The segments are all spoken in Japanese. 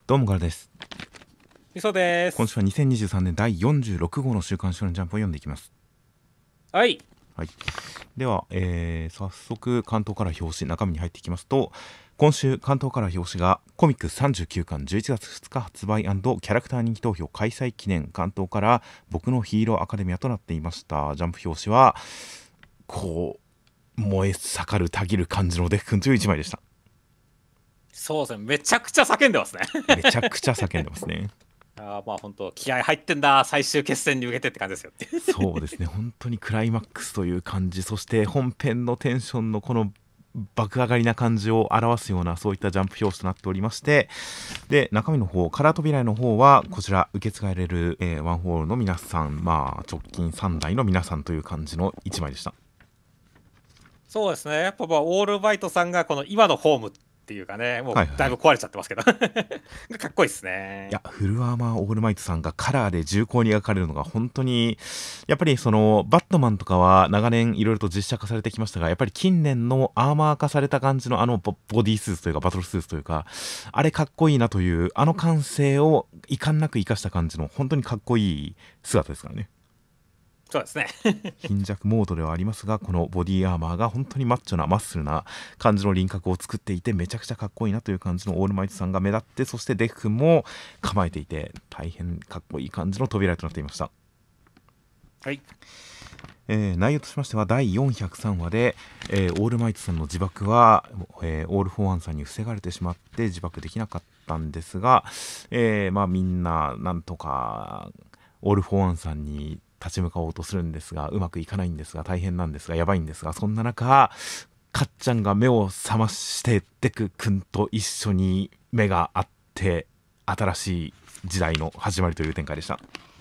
どうもからです。 みそです。 今週は2023年第46号の週刊少年ジャンプを読んでいきます。 はい。 はい。では、早速関東から表紙中身に入っていきますと、今週関東から表紙がコミック39巻11月2日発売&キャラクター人気投票開催記念関東から僕のヒーローアカデミアとなっていました。ジャンプ表紙はこう燃え盛るたぎる感じのデフ君という一枚でした。 そうですね。めちゃくちゃ叫んでますね。 めちゃくちゃ叫んでますね。 まあ本当気合入ってんだ、最終決戦に向けてって感じですよって。 そうですね、本当にクライマックスという感じ、そして本編のテンションのこの爆上がりな感じを表すようなそういったジャンプ表紙となっておりまして、で中身の方カラー扉絵の方はこちら受け継がれる、ワンホールの皆さん、直近3代の皆さんという感じの1枚でした。 そうですね。やっぱオールバイトさんがこの今のフォームっていうかね、もうはいはいはい。 だいぶ壊れちゃってますけどがかっこいいですね。 いやフルアーマーオールマイトさんがカラーで重厚に描かれるのが本当にやっぱりそのバットマンとかは長年いろいろと実写化されてきましたが、やっぱり近年のアーマー化された感じのボディースーツというかバトルスーツというか、あれかっこいいなという感性を遺憾なく生かした感じの本当にかっこいい姿ですからね。 そうですね。 貧弱モードではありますが、このボディアーマーが本当にマッチョなマッスルな感じの輪郭を作っていて、めちゃくちゃかっこいいなという感じのオールマイトさんが目立って、そしてデフ君も構えていて大変かっこいい感じの扉絵となっていました。 はい。 内容としましては第403話で、オールマイトさんの自爆は、オール・フォー・ワンさんに防がれてしまって自爆できなかったんですが、みんななんとかオール・フォー・ワンさんに立ち向かおうとするんですが、うまくいかないんですが、大変なんですが、やばいんですが、そんな中かっちゃんが目を覚ましてデク君と一緒に目が合って新しい時代の始まりという展開でした。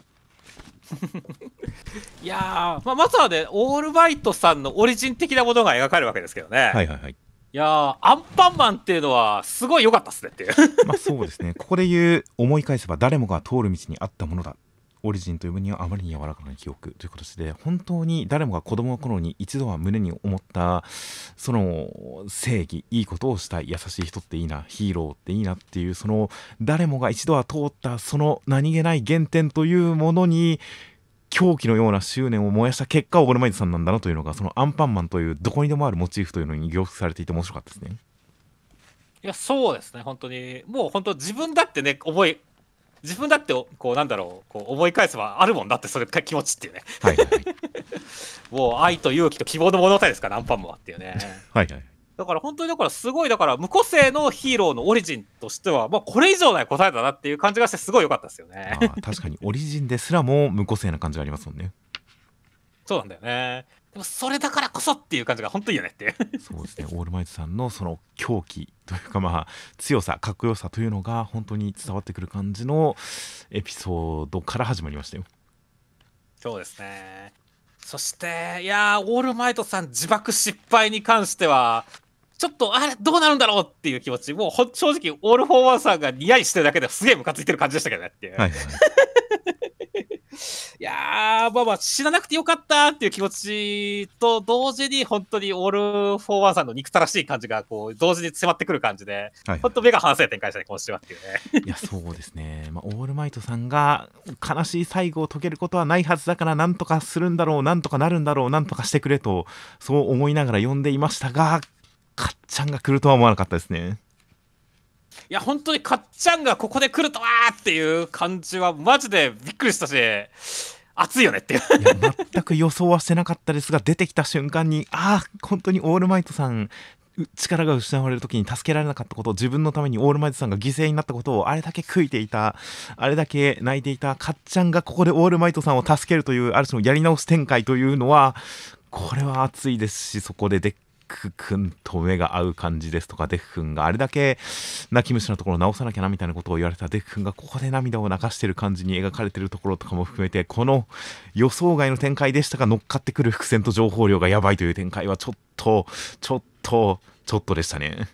いやー、まずはね、オールバイトさんのオリジン的なものが描かれるわけですけどね。 はいはいはい。 いやー、アンパンマンっていうのはすごい良かったっすねっていう。 そうですね、ここで言う思い返せば誰もが通る道にあったものだ、オリジンという分にはあまりに柔らかな記憶という形で、本当に誰もが子供の頃に一度は胸に思ったその正義、いいことをしたい、優しい人っていいな、ヒーローっていいなっていう、その誰もが一度は通ったその何気ない原点というものに狂気のような執念を燃やした結果オールマイトさんなんだなというのが、そのアンパンマンというどこにでもあるモチーフというのに凝縮されていて面白かったですね。 いや、そうですね、本当に。もう本当自分だってね、自分だってこうなんだろう、こう思い返せばあるもんだって、それか気持ちっていうね。 はいはいはい。 もう愛と勇気と希望の物語ですから、アンパンマンはっていうね。 はいはい。 だから本当にだからすごい、だから無個性のヒーローのオリジンとしては、まあこれ以上ない答えだなっていう感じがしてすごい良かったですよね。 確かにオリジンですらも無個性な感じがありますもんね。 そうなんだよね。でもそれだからこそっていう感じが本当にいいよねっていう。 そうですね、オールマイトさんのその狂気というか、強さかっこよさというのが本当に伝わってくる感じのエピソードから始まりましたよ。 そうですね。そして、いやー、オールマイトさん自爆失敗に関しては、ちょっと、あれ、どうなるんだろうっていう気持ち、もう正直、オール・フォー・ワンさんがニヤリしてるだけですげえムカついてる感じでしたけどねっていう。 はいはいはい。 いやー、知らなくてよかったっていう気持ちと同時に、本当にオール・フォー・ワンさんの憎たらしい感じが、こう、同時に迫ってくる感じで、 はいはいはい。 本当目が離せ展開したね、今週はっていうね。 いやそうですね、オールマイトさんが悲しい最後を遂げることはないはずだから、なんとかするんだろう、なんとかなるんだろう、なんとかしてくれとそう思いながら読んでいましたが、かっちゃんが来るとは思わなかったですね。 いや、本当にかっちゃんがここで来るとはーっていう感じは、マジでびっくりしたし、熱いよねっていう。 いや全く予想はしてなかったですが、出てきた瞬間に本当にオールマイトさん力が失われる時に助けられなかったこと、自分のためにオールマイトさんが犠牲になったことをあれだけ悔いていた、あれだけ泣いていたかっちゃんがここでオールマイトさんを助けるというある種のやり直し展開というのは、これは熱いですし、そこでデック君と目が合う感じですとか、デフ君があれだけ泣き虫なところを直さなきゃなみたいなことを言われたデフ君がここで涙を流してる感じに描かれてるところとかも含めて、この予想外の展開でしたが乗っかってくる伏線と情報量がやばいという展開はちょっとでしたね。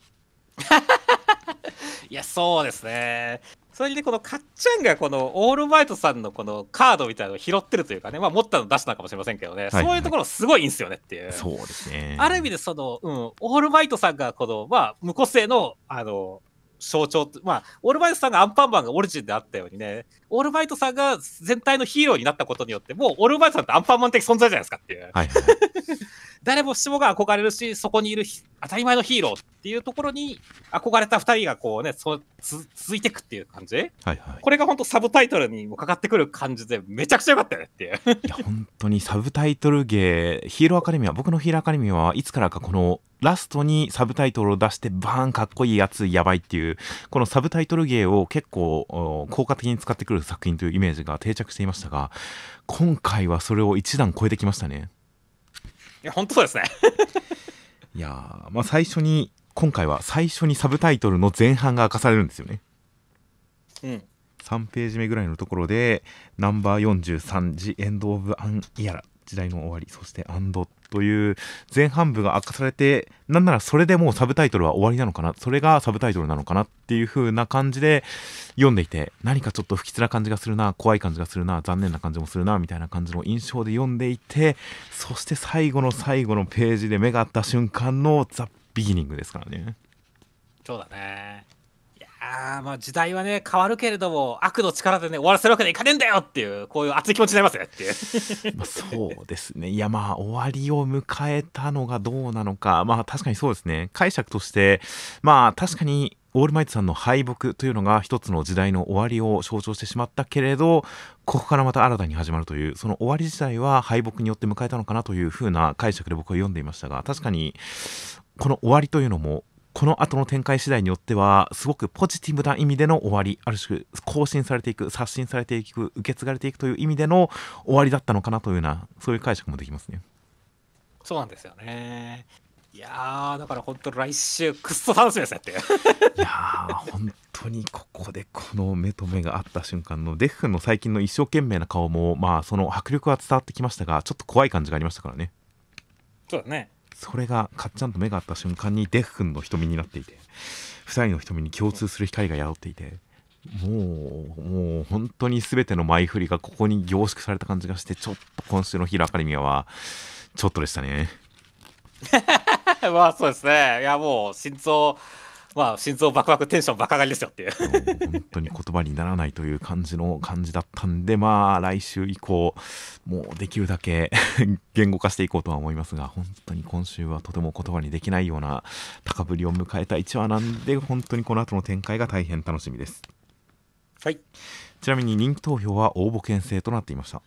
いや、そうですね。それでこのかっちゃんがこのオールマイトさんのこのカードみたいなのを拾ってるというかね、まあ持ったの出したのかもしれませんけどね、 はいはいはい。 そういうところすごいいいんすよねっていう。 そうですね。 ある意味でオールマイトさんがこの、まあ無個性の、 象徴、まあ、オールマイトさんがアンパンマンがオリジンであったようにね、オールマイトさんが全体のヒーローになったことによって、もうオールマイトさんってアンパンマン的存在じゃないですかっていう。 はいはい。 誰もしもが憧れるし、そこにいる当たり前のヒーローっていうところに憧れた2人がこうね、続いていくっていう感じ、 はいはい、 これが本当サブタイトルにもかかってくる感じでめちゃくちゃ良かったよねっていう。 いや本当にサブタイトル芸、ヒーローアカデミア、僕のヒーローアカデミアはいつからかこのラストにサブタイトルを出してバーンかっこいいやつやばいっていうこのサブタイトル芸を結構効果的に使ってくる作品というイメージが定着していましたが、今回はそれを一段超えてきましたね。 いや本当そうですね。 いやまあ今回は最初にサブタイトルの前半が明かされるんですよね。 うん、 3ページ目ぐらいのところでナンバー43ジエンド・オブ・アン・イヤラ、時代の終わり、そしてアンドという前半部が明かされて、なんならそれでもうサブタイトルは終わりなのかな、それがサブタイトルなのかなっていう風な感じで読んでいて、何かちょっと不吉な感じがするな、怖い感じがするな、残念な感じもするなみたいな感じの印象で読んでいて、そして最後の最後のページで目が合った瞬間のザ・ビギニングですからね。 そうだね。まあ時代はね変わるけれども、悪の力でね終わらせるわけにはいかねえんだよっていう、こういう熱い気持ちになりますねっていう。 まあそうですね。いやまあ終わりを迎えたのがどうなのか、まあ確かにそうですね。解釈としてまあ確かにオールマイトさんの敗北というのが一つの時代の終わりを象徴してしまったけれど、ここからまた新たに始まるという、その終わり自体は敗北によって迎えたのかなという風な解釈で僕は読んでいましたが、確かにこの終わりというのもこの後の展開次第によってはすごくポジティブな意味での終わり、ある種更新されていく、刷新されていく、受け継がれていくという意味での終わりだったのかなというような、そういう解釈もできますね。 そうなんですよね。いやーだから本当来週くっそ楽しみですねって。いやー本当にここでこの目と目が合った瞬間のデッフンの最近の一生懸命な顔もまあその迫力は伝わってきましたが、ちょっと怖い感じがありましたからね。 そうだね。 それがかっちゃんと目が合った瞬間にデッフンの瞳になっていて、2人の瞳に共通する光が宿っていて、もう本当に全ての前振りがここに凝縮された感じがして、ちょっと今週のヒーローアカデミアはちょっとでしたね。 まあそうですね。いやもう心臓バクバクテンションバカ上がりですよっていう。 本当に言葉にならないという感じだったんで、まあ来週以降もうできるだけ言語化していこうとは思いますが、本当に今週はとても言葉にできないような高ぶりを迎えた1話なんで、本当にこの後の展開が大変楽しみです。 はい。 ちなみに人気投票は応募券制となっていました。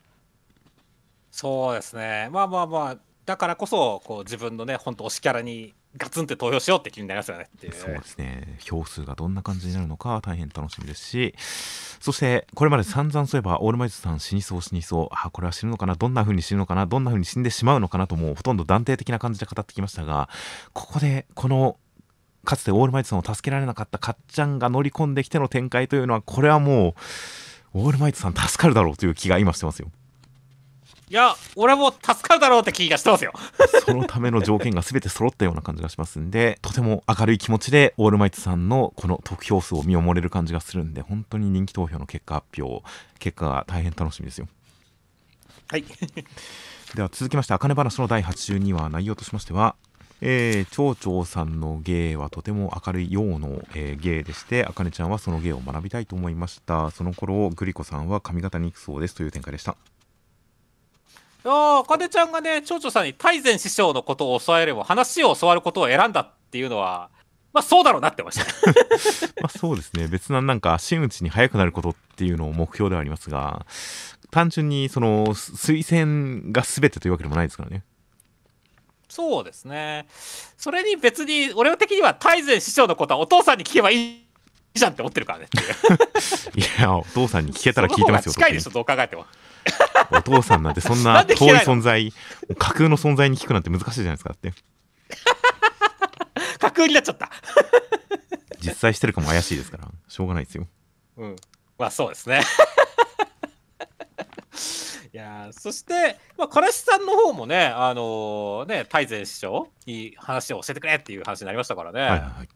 そうですね。まあだからこそこう自分のね本当推しキャラにガツンって投票しようって気になりますよねっていう。 そうですね。票数がどんな感じになるのか大変楽しみですし、そしてこれまで散々そういえばオールマイトさん死にそう、これは死ぬのかな、どんな風に死ぬのかな、どんな風に死んでしまうのかなと、もうほとんど断定的な感じで語ってきましたが、ここでこのかつてオールマイトさんを助けられなかったかっちゃんが乗り込んできての展開というのは、これはもうオールマイトさん助かるだろうという気が今してますよ。 いや俺も助かるだろうって気がしてますよ。 そのための条件が全て揃ったような感じがしますんで、とても明るい気持ちでオールマイトさんのこの得票数を見守れる感じがするんで、本当に人気投票の結果が大変楽しみですよ。 はいでは続きまして、あかね話の第82話、内容としましては、町長さんの芸はとても明るいようの、芸でして、あかねちゃんはその芸を学びたいと思いました。その頃グリコさんは髪型に行くそうですという展開でした。 あかねちゃんがね町長さんに大前師匠のことを教われば話を教わることを選んだっていうのはまあそうだろうなってました。 まあそうですね。別ななんか真打ちに速くなることっていうのを目標ではありますが、単純にその推薦が全てというわけでもないですからね。 そうですね。それに別に俺的には大前師匠のことはお父さんに聞けばいいじゃんって思ってるからねっていう。 いやお父さんに聞けたら聞いてますよ。 近いでしょどう考えても。 お父さんなんてそんな遠い存在、架空の存在に聞くなんて難しいじゃないですか。だって架空になっちゃった。 実際してるかも怪しいですからしょうがないですよ。 まあそうですね。いやそして、からしさんの方もね大前師匠に話を教えてくれっていう話になりましたからね。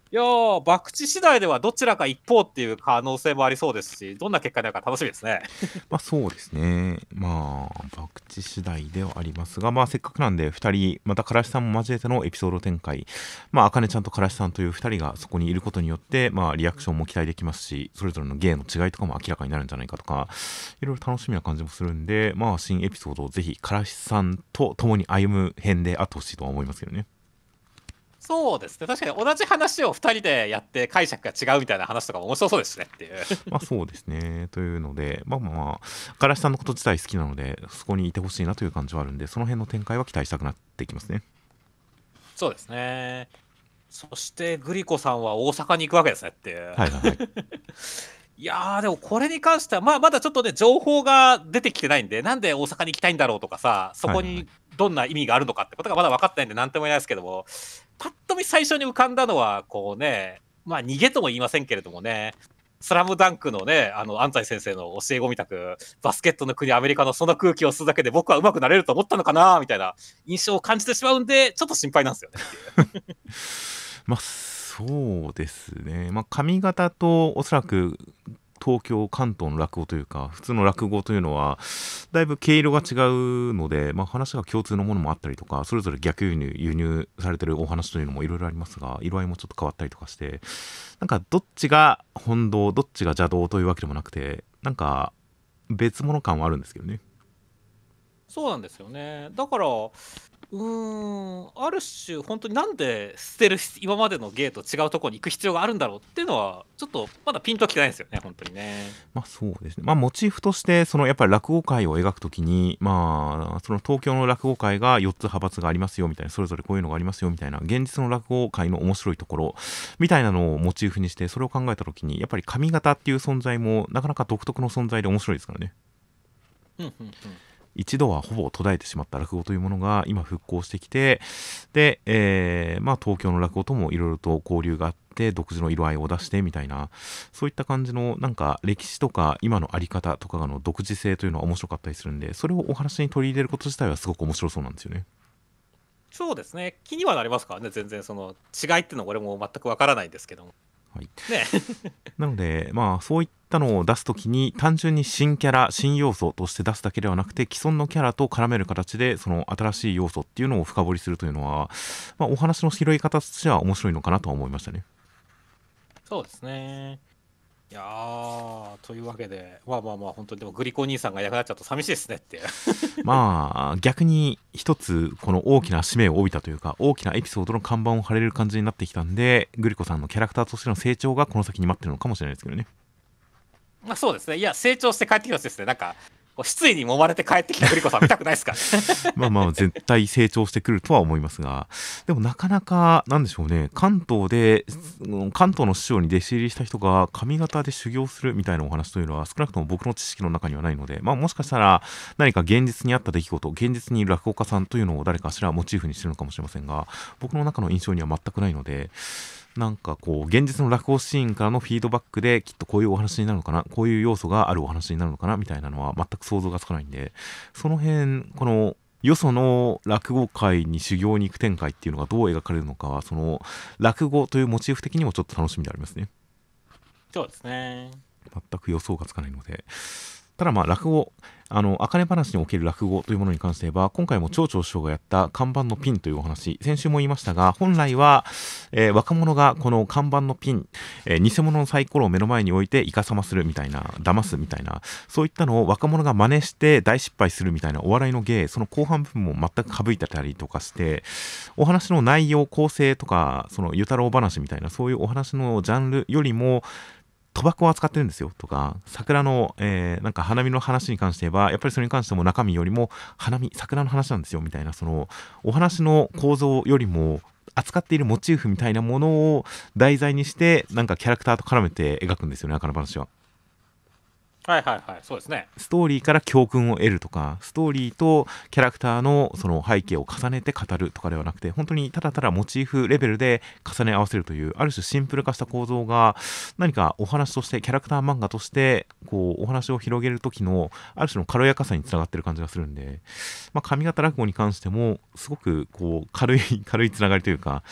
いやー、博打次第ではどちらか一方っていう可能性もありそうですし、どんな結果になるか楽しみですね。 まあそうですね。まあ、博打次第ではありますが、まあせっかくなんで2人、またからしさんも交えてのエピソード展開、まあ、あかねちゃんとからしさんという2人がそこにいることによって、まあリアクションも期待できますし、それぞれの芸の違いとかも明らかになるんじゃないかとか、いろいろ楽しみな感じもするんで、まあ新エピソードをぜひからしさんと共に歩む編であってほしいとは思いますけどね。 そうですね。確かに同じ話を2人でやって解釈が違うみたいな話とかも面白そうですしねっていう。 まあそうですね。というので、まあまあまあ、からしさんのこと自体好きなので、そこにいてほしいなという感じはあるんで、その辺の展開は期待したくなってきますね。 そうですね。そしてグリコさんは大阪に行くわけですねっていう。 はいはいはい。 いやー、でもこれに関しては、まあ、まだちょっとね、情報が出てきてないんで、なんで大阪に行きたいんだろうとかさ、そこにはいはいはい。 どんな意味があるのかってことがまだ分かってないんで、なんとも言えないですけども、パッと見最初に浮かんだのは、こうね、まあ、逃げとも言いませんけれどもね、スラムダンクのね、安西先生の教え子みたく、バスケットの国アメリカのその空気を吸うだけで僕は上手くなれると思ったのかなみたいな印象を感じてしまうんで、ちょっと心配なんですよねっていう。 まあそうですね。まあ髪型とおそらく東京、関東の落語というか、普通の落語というのは、だいぶ毛色が違うので、まあ、話が共通のものもあったりとか、それぞれ逆輸入、輸入されてるお話というのもいろいろありますが、色合いもちょっと変わったりとかして、なんかどっちが本道、どっちが邪道というわけでもなくて、なんか別物感はあるんですけどね。 そうなんですよね。だから、ある種、本当になんで捨てる今までの芸と違うところに行く必要があるんだろうっていうのは、ちょっとまだピンときてないんですよね、本当にね。 まあそうですね。まあモチーフとして、そのやっぱり落語会を描くときに、まあ、その東京の落語会が4つ派閥がありますよみたいな、それぞれこういうのがありますよみたいな、現実の落語会の面白いところみたいなのをモチーフにして、それを考えたときに、やっぱり髪型っていう存在もなかなか独特の存在で面白いですからね。 うんうんうん。 一度はほぼ途絶えてしまった落語というものが今復興してきて、で、まあ東京の落語ともいろいろと交流があって独自の色合いを出してみたいな、そういった感じのなんか歴史とか今のあり方とかの独自性というのは面白かったりするんで、それをお話に取り入れること自体はすごく面白そうなんですよね。 そうですね、気にはなりますからね、全然その違いっていうのは俺も全くわからないんですけども。 はい、 ね。 なのでまあそういったのを出すときに単純に新キャラ新要素として出すだけではなくて、既存のキャラと絡める形でその新しい要素っていうのを深掘りするというのは、まあ、お話の拾い方としては面白いのかなとは思いましたね。 そうですね。いやー、というわけで、まあまあまあ、本当にでもグリコ兄さんがいなくなっちゃうと寂しいですねっていう。 まあ逆に一つこの大きな使命を帯びたというか、大きなエピソードの看板を張れる感じになってきたんで、グリコさんのキャラクターとしての成長がこの先に待ってるのかもしれないですけどね。 まあそうですね。いや、成長して帰ってきたしですね。なんか、こう失意に揉まれて帰ってきたグリコさん見たくないですか？ まあまあ絶対成長してくるとは思いますが、でもなかなかなんでしょうね、関東で関東の師匠に弟子入りした人が上方で修行するみたいなお話というのは少なくとも僕の知識の中にはないので、まあもしかしたら何か現実にあった出来事、現実にいる落語家さんというのを誰かしらモチーフにしてるのかもしれませんが、僕の中の印象には全くないので、なんかこう現実の落語シーンからのフィードバックできっとこういうお話になるのかな、こういう要素があるお話になるのかなみたいなのは全く想像がつかないんで、その辺このよその落語界に修行に行く展開っていうのがどう描かれるのかは、その落語というモチーフ的にもちょっと楽しみでありますね。 そうですね。 全く予想がつかないので、ただまあ落語、茜話における落語というものに関して言えば、今回も町長師匠がやった看板のピンというお話、先週も言いましたが、本来は、若者がこの看板のピン、偽物のサイコロを目の前に置いてイカサマするみたいな、騙すみたいな、そういったのを若者が真似して大失敗するみたいなお笑いの芸、その後半部分も全く省いてたりとかして、お話の内容構成とか、そのゆたろう話みたいな、そういうお話のジャンルよりも賭博を扱ってるんですよとか、桜の、なんか花見の話に関して言えば、やっぱりそれに関しても中身よりも花見、桜の話なんですよみたいな、そのお話の構造よりも扱っているモチーフみたいなものを題材にして、なんかキャラクターと絡めて描くんですよね、赤の話は。 はいはいはい、そうですね。 ストーリーから教訓を得るとか、ストーリーとキャラクターのその背景を重ねて語るとかではなくて、本当にただただモチーフレベルで重ね合わせるという、ある種シンプル化した構造が、何かお話として、キャラクター漫画として、こう、お話を広げる時の、ある種の軽やかさにつながってる感じがするんで、まあ、上方落語に関しても、すごく、こう、軽いつながりというか、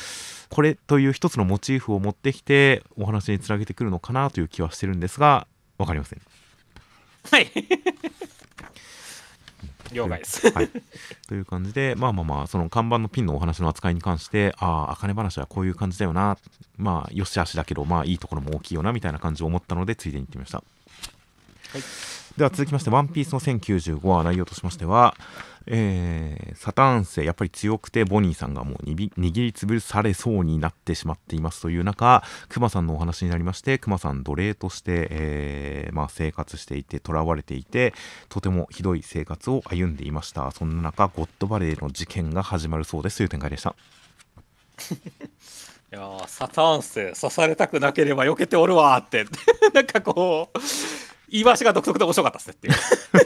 これという一つのモチーフを持ってきてお話につなげてくるのかなという気はしてるんですが、分かりません。 はい了解です、 はい、という感じで、その看板のピンのお話の扱いに関して、茜話はこういう感じだよな、よしあしだけど、いいところも大きいよなみたいな感じを思ったのでついでに言ってみました。 はい、 では続きまして、ワンピースの1095話内容としましては、サターン星やっぱり強くてボニーさんがもう握りつぶされそうになってしまっていますという中、クマさんのお話になりまして、クマさん奴隷として、生活していて囚われていて、とてもひどい生活を歩んでいました。そんな中ゴッドバレーの事件が始まるそうですという展開でした。 いやサターン星刺されたくなければ避けておるわってなんかこう言い回しが独特で面白かったですねっていう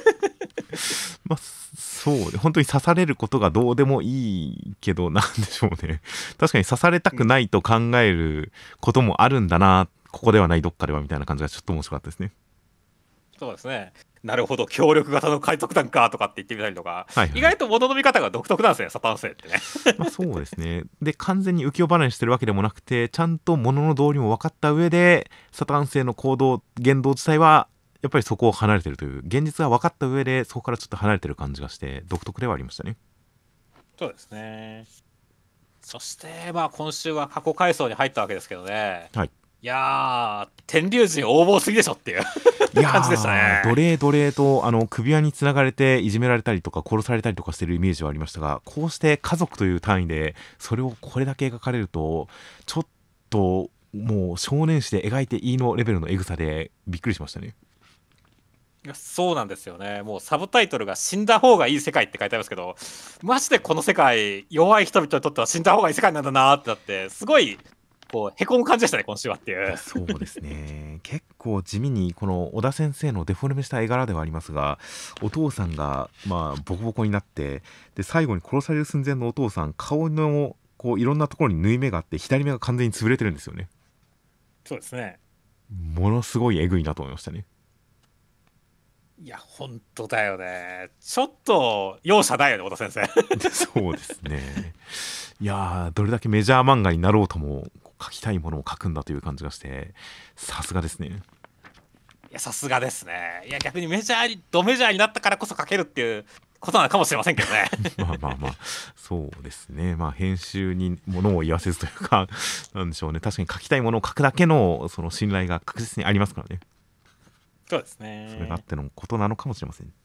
そう本当に刺されることがどうでもいいけど、なんでしょうね、確かに刺されたくないと考えることもあるんだな、ここではないどっかではみたいな感じがちょっと面白かったですね。 そうですね、なるほど協力型の海賊団かとかって言ってみたりとか、意外と物の見方が独特なんですね、サタン星ってねそうですね。で完全に浮世離れしてるわけでもなくて、ちゃんと物の道理も分かった上でサタン星の言動自体はやっぱりそこを離れてるという現実が分かった上で、そこからちょっと離れてる感じがして独特ではありましたね。 そうですね。そして今週は過去回想に入ったわけですけどね、 はい、 いや天龍人横暴すぎでしょっていう感じでしたね。 奴隷と首輪につながれていじめられたりとか殺されたりとかしてるイメージはありましたが、こうして家族という単位でそれをこれだけ描かれると、ちょっともう少年誌で描いていいのレベルのエグさでびっくりしましたね。 いやそうなんですよね。もうサブタイトルが死んだ方がいい世界って書いてありますけど、マジでこの世界弱い人々にとっては死んだ方がいい世界なんだなってなって、すごいこうへこむ感じでしたね今週はっていう。 そうですね結構地味にこの小田先生のデフォルメした絵柄ではありますが、お父さんがボコボコになって、で最後に殺される寸前のお父さん、顔のこういろんなところに縫い目があって左目が完全に潰れてるんですよね。 そうですね、 ものすごいえぐいなと思いましたね。 いや本当だよね、ちょっと容赦ないよね小田先生そうですね。いやどれだけメジャー漫画になろうとも描きたいものを描くんだという感じがして、さすがですね。 いやさすがですね。いや逆にドメジャーになったからこそ描けるっていうことなのかもしれませんけどねそうですね。編集に物を言わせずというかなんでしょうね、確かに描きたいものを描くだけのその信頼が確実にありますからね。 そうですね。 それがあってのことなのかもしれません。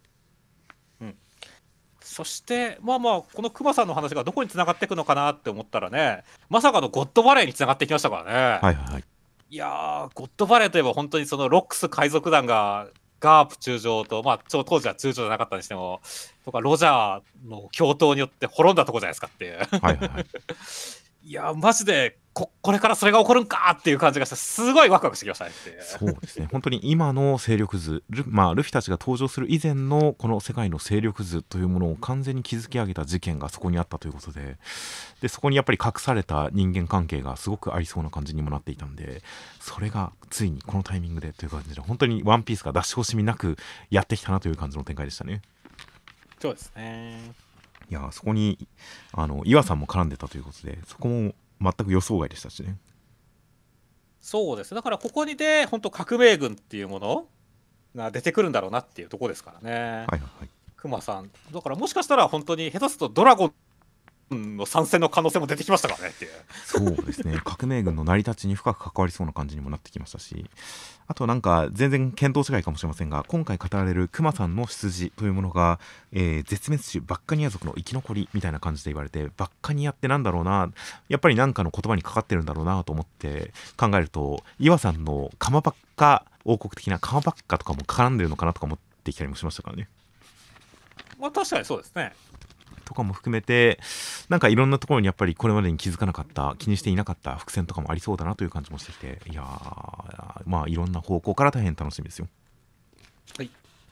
そしてこのクマさんの話がどこに繋がっていくのかなって思ったらね、まさかのゴッドバレーに繋がってきましたからね。いやゴッドバレーといえば本当にそのロックス海賊団がガープ中将と当時は中将じゃなかったにしてもとかロジャーの共闘によって滅んだとこじゃないですかっていういやマジでこれからそれが起こるんかっていう感じがして、すごいワクワクしてきましたねって。 そうですね、本当に今の勢力図、ルフィたちが登場する以前のこの世界の勢力図というものを完全に築き上げた事件がそこにあったということで、そこにやっぱり隠された人間関係がすごくありそうな感じにもなっていたんで、それがついにこのタイミングでという感じで、本当にワンピースが出し惜しみなくやってきたなという感じの展開でしたね。 そうですね。 いやそこに岩さんも絡んでたということで、そこも全く予想外でしたしね。 そうです、だからここにで本当革命軍っていうものが出てくるんだろうなっていうところですからね。クマさんだからもしかしたら本当に下手するとドラゴンの参戦の可能性も出てきましたからねっていう。 そうですね革命軍の成り立ちに深く関わりそうな感じにもなってきましたし、あとなんか全然見当違いかもしれませんが、今回語られるクマさんの出自というものが、絶滅種バッカニア族の生き残りみたいな感じで言われて、バッカニアってなんだろうな、やっぱり何かの言葉にかかってるんだろうなと思って考えると、岩さんのカマバッカ王国的なカマバッカとかも絡んでるのかなとか思ってきたりもしましたからね。 確かにそうですね。 とかも含めて、なんかいろんなところにやっぱりこれまでに気づかなかった、気にしていなかった伏線とかもありそうだなという感じもしてきて、いやいろんな方向から大変楽しみですよ。 はい。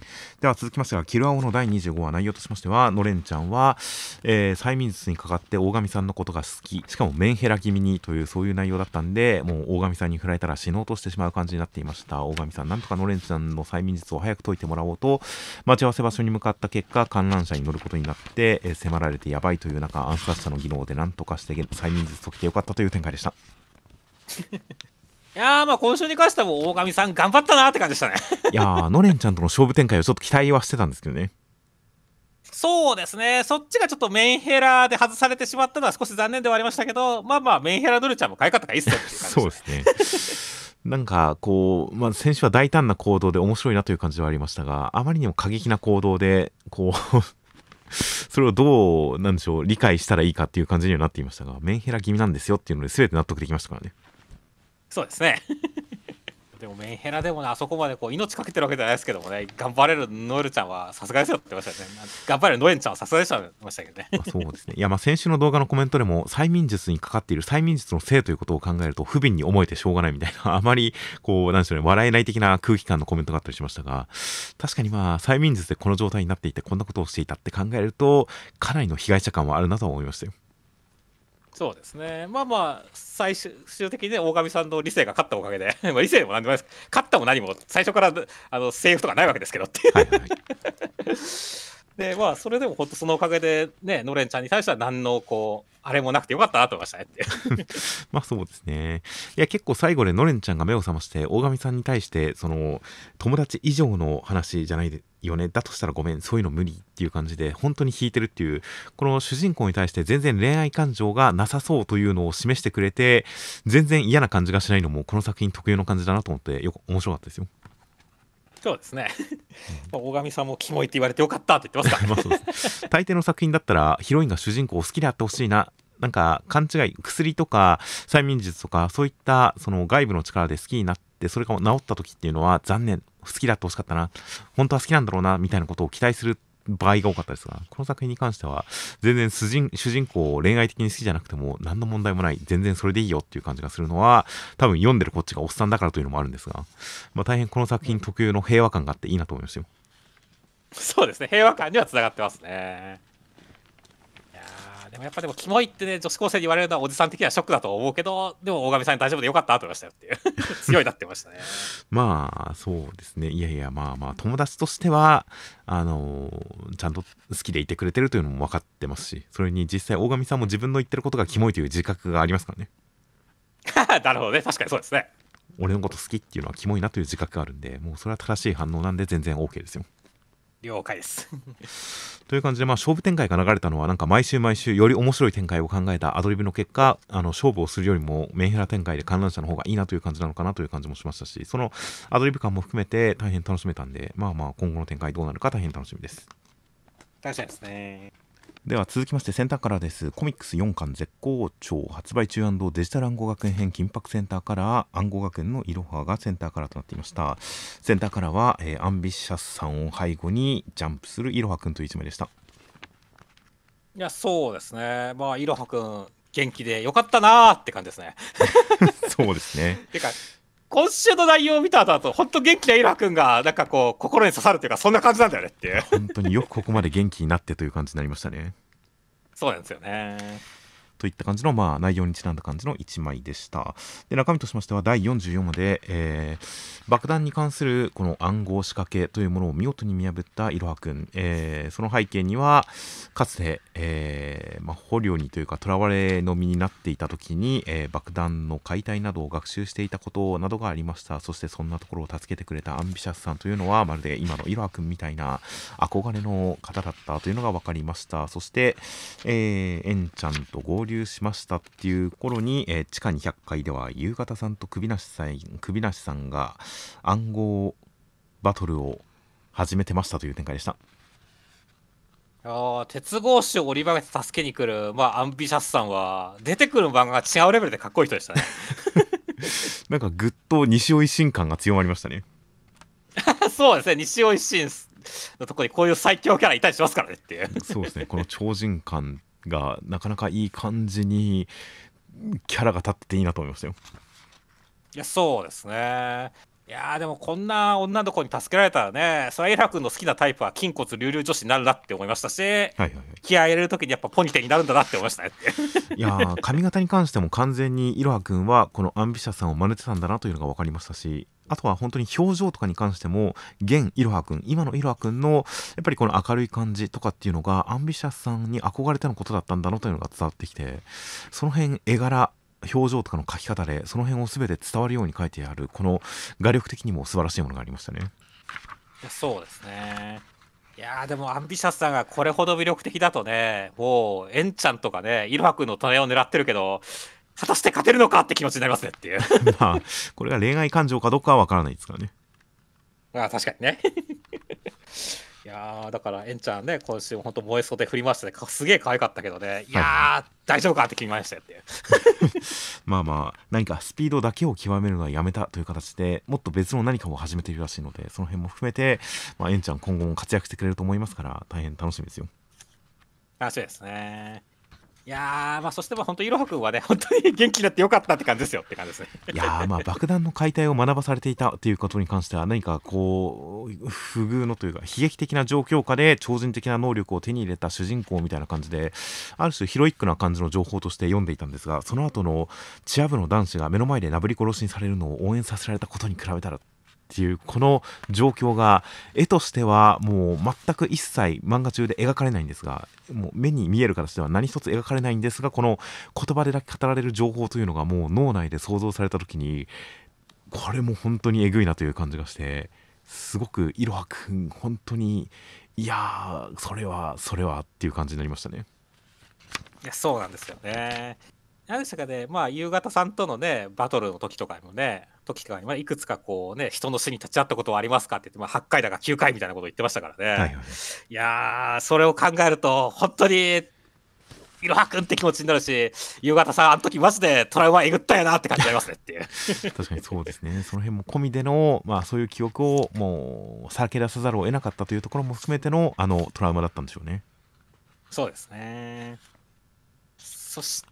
では続きましてはキルアオの第25話、内容としましてはのれんちゃんは、催眠術にかかって大神さんのことが好き、しかもメンヘラ気味にというそういう内容だったんで、もう大神さんに振られたら死のうとしてしまう感じになっていました。大神さんなんとかのれんちゃんの催眠術を早く解いてもらおうと待ち合わせ場所に向かった結果、観覧車に乗ることになって、迫られてやばいという中、暗殺者の技能でなんとかして催眠術解けてよかったという展開でした。 いやー、まあ今週に関してはもう大神さん頑張ったなーって感じでしたね。 いやー、のれんちゃんとの勝負展開をちょっと期待はしてたんですけどね。 そうですね、そっちがちょっとメンヘラで外されてしまったのは少し残念ではありましたけど、まあまあメンヘラドルちゃんも可愛かったからいいっすよっていう感じそうですね。なんかこう、先週は大胆な行動で面白いなという感じではありましたが、あまりにも過激な行動でこうそれをどうなんでしょう理解したらいいかっていう感じにはなっていましたが、メンヘラ気味なんですよっていうので全て納得できましたからね。 そうですね。でもメンヘラでもね、あそこまでこう命かけてるわけじゃないですけどもね、頑張れるノエルちゃんはさすがですよって言ってましたよね。頑張れるノエルちゃんはさすがでしたって言ってましたけどね。 そうですね。いや、先週の動画のコメントでも催眠術にかかっている催眠術のせいということを考えると不憫に思えてしょうがないみたいな、あまりこうなんでしょうね、笑えない的な空気感のコメントがあったりしましたが、確かに催眠術でこの状態になっていてこんなことをしていたって考えるとかなりの被害者感はあるなと思いましたよ。 そうですね。まあまあ、最終的にね、大神さんの理性が勝ったおかげで、まあ理性でもなんでもないです。勝ったも何も、最初からセーフとかないわけですけどっていう。 はいはいはい。 で、まあ、それでも本当そのおかげで、ね、のれんちゃんに対しては何の、こう、あれもなくてよかったなと思いましたねっていう。 そうですね。いや結構最後でのれんちゃんが目を覚まして大神さんに対してその友達以上の話じゃないよね、だとしたらごめん、そういうの無理っていう感じで本当に引いてるっていう、この主人公に対して全然恋愛感情がなさそうというのを示してくれて、全然嫌な感じがしないのもこの作品特有の感じだなと思って面白かったですよ。 そうですね。大神さんもキモいって言われてよかったって言ってますからね。 そうです大抵の作品だったらヒロインが主人公を好きであってほしいな、なんか勘違い、薬とか催眠術とかそういったその外部の力で好きになってそれが治った時っていうのは残念、好きであってほしかったな、本当は好きなんだろうなみたいなことを期待する場合が多かったですが、この作品に関しては全然主人公を恋愛的に好きじゃなくても何の問題もない、全然それでいいよっていう感じがするのは多分読んでるこっちがおっさんだからというのもあるんですが、大変この作品特有の平和感があっていいなと思いましたよ。 そうですね。平和感にはつながってますね。いやでもやっぱでもキモいってね、女子高生に言われるのはおじさん的にはショックだと思うけど、でも大神さん大丈夫でよかったと思いましたよっていう強いなってましたね。 そうですね。いやいや、友達としてはちゃんと好きでいてくれてるというのも分かってますし、それに実際大神さんも自分の言ってることがキモいという自覚がありますからね。 なるほどね。確かにそうですね。 俺のこと好きっていうのはキモいなという自覚があるんで、もうそれは正しい反応なんで全然 OK ですよ。 了解です。 という感じで、勝負展開が流れたのはなんか毎週毎週より面白い展開を考えたアドリブの結果、勝負をするよりもメンヘラ展開で観覧車の方がいいなという感じなのかなという感じもしましたし、そのアドリブ感も含めて大変楽しめたんで、今後の展開どうなるか大変楽しみです。 確かにですね。 では続きましてセンターカラーです。コミックス4巻絶好調発売中&デジタル暗号学園編金箔センターカラー暗号学園のいろはがセンターカラーとなっていました。センターカラーは、アンビシャスさんを背後にジャンプするいろはくんという一枚でした。 いや、そうですね。まあ、いろはくん元気でよかったなーって感じですね。 そうですね。 てか、今週の内容を見た後だと、本当元気ないろはくんが、なんかこう、心に刺さるというか、そんな感じなんだよねっていう。 本当によくここまで元気になってという感じになりましたね。 そうなんですよね。 といった感じの、内容にちなんだ感じの1枚でした。で、中身としましては第44話で、爆弾に関するこの暗号仕掛けというものを見事に見破ったいろはくん、その背景にはかつて、捕虜にというか囚われの身になっていた時に、爆弾の解体などを学習していたことなどがありました。そしてそんなところを助けてくれたアンビシャスさんというのはまるで今のいろはくんみたいな憧れの方だったというのが分かりました。そして、エンちゃんと合流しましたっていう頃に、地下200階では夕方さんと首なしさんが暗号バトルを始めてましたという展開でした。 鉄格子を折り曲げて助けに来る、アンビシャスさんは出てくる漫画が違うレベルでかっこいい人でしたね。 なんかぐっと西尾維新感が強まりましたね。 そうですね、西尾維新のところにこういう最強キャラいたりしますからねっていう。 そうですね、この超人感がなかなかいい感じにキャラが立ってていいなと思いましたよ。 いや、そうですね。 いやーでもこんな女の子に助けられたらね、それはエラ君の好きなタイプは筋骨隆々女子になるなって思いましたし、 はいはいはい。 気合い入れる時にやっぱポニテになるんだなって思いましたねって。 いやー、髪型に関しても完全にいろはくんはこのアンビシャスさんを真似てたんだなというのが分かりましたし、あとは本当に表情とかに関しても現いろはくん、今のいろはくんのやっぱりこの明るい感じとかっていうのがアンビシャスさんに憧れてのことだったんだなというのが伝わってきて、その辺絵柄表情とかの描き方でその辺を全て伝わるように描いてある、この画力的にも素晴らしいものがありましたね。 いやそうですね。いやーでもアンビシャスさんがこれほど魅力的だとね、もうエンちゃんとかね、イロハ君の種を狙ってるけど、果たして勝てるのかって気持ちになりますねっていう。 まあこれが恋愛感情かどうかは分からないですからね。 まあ確かにね。いやーだからエンちゃんね、今週も本当燃え袖振りましたね。すげえ可愛かったけどね、いはいはい。 やー大丈夫かって気になりましたよっていう。 まあまあ何かスピードだけを極めるのはやめたという形でもっと別の何かを始めているらしいので、その辺も含めて、まあ、エンちゃん今後も活躍してくれると思いますから大変楽しみですよ。 楽しみですね。いやーまあそしてまあ本当イロハ君はね、本当に元気になってよかったって感じですよって感じですね。 いやー、まあ爆弾の解体を学ばされていたということに関しては何かこう不遇のというか悲劇的な状況下で超人的な能力を手に入れた主人公みたいな感じで、ある種ヒロイックな感じの情報として読んでいたんですが、その後のチア部の男子が目の前でなぶり殺しにされるのを応援させられたことに比べたらっていうこの状況が絵としてはもう全く一切漫画中で描かれないんですが、もう目に見える形では何一つ描かれないんですが、この言葉でだけ語られる情報というのがもう脳内で想像された時にこれも本当にえぐいなという感じがして、すごくいろはくん本当にいやーそれはっていう感じになりましたね。 いやそうなんですよね。何でしたかね、まあ夕方さんとのね、バトルの時とかにもね、時とかにまあいくつかこうね、人の死に立ち会ったことはありますかって言って、まあ、8回だか9回みたいなことを言ってましたからね。 はいはい。 いやー、それを考えると、本当に、いろはくんって気持ちになるし、夕方さん、あの時マジでトラウマえぐったよなって感じになりますねっていう。 確かにそうですね。その辺も込みでの、まあ、そういう記憶をもうさらけ出さざるを得なかったというところも含めてのあのトラウマだったんでしょうね。 そうですね。そして、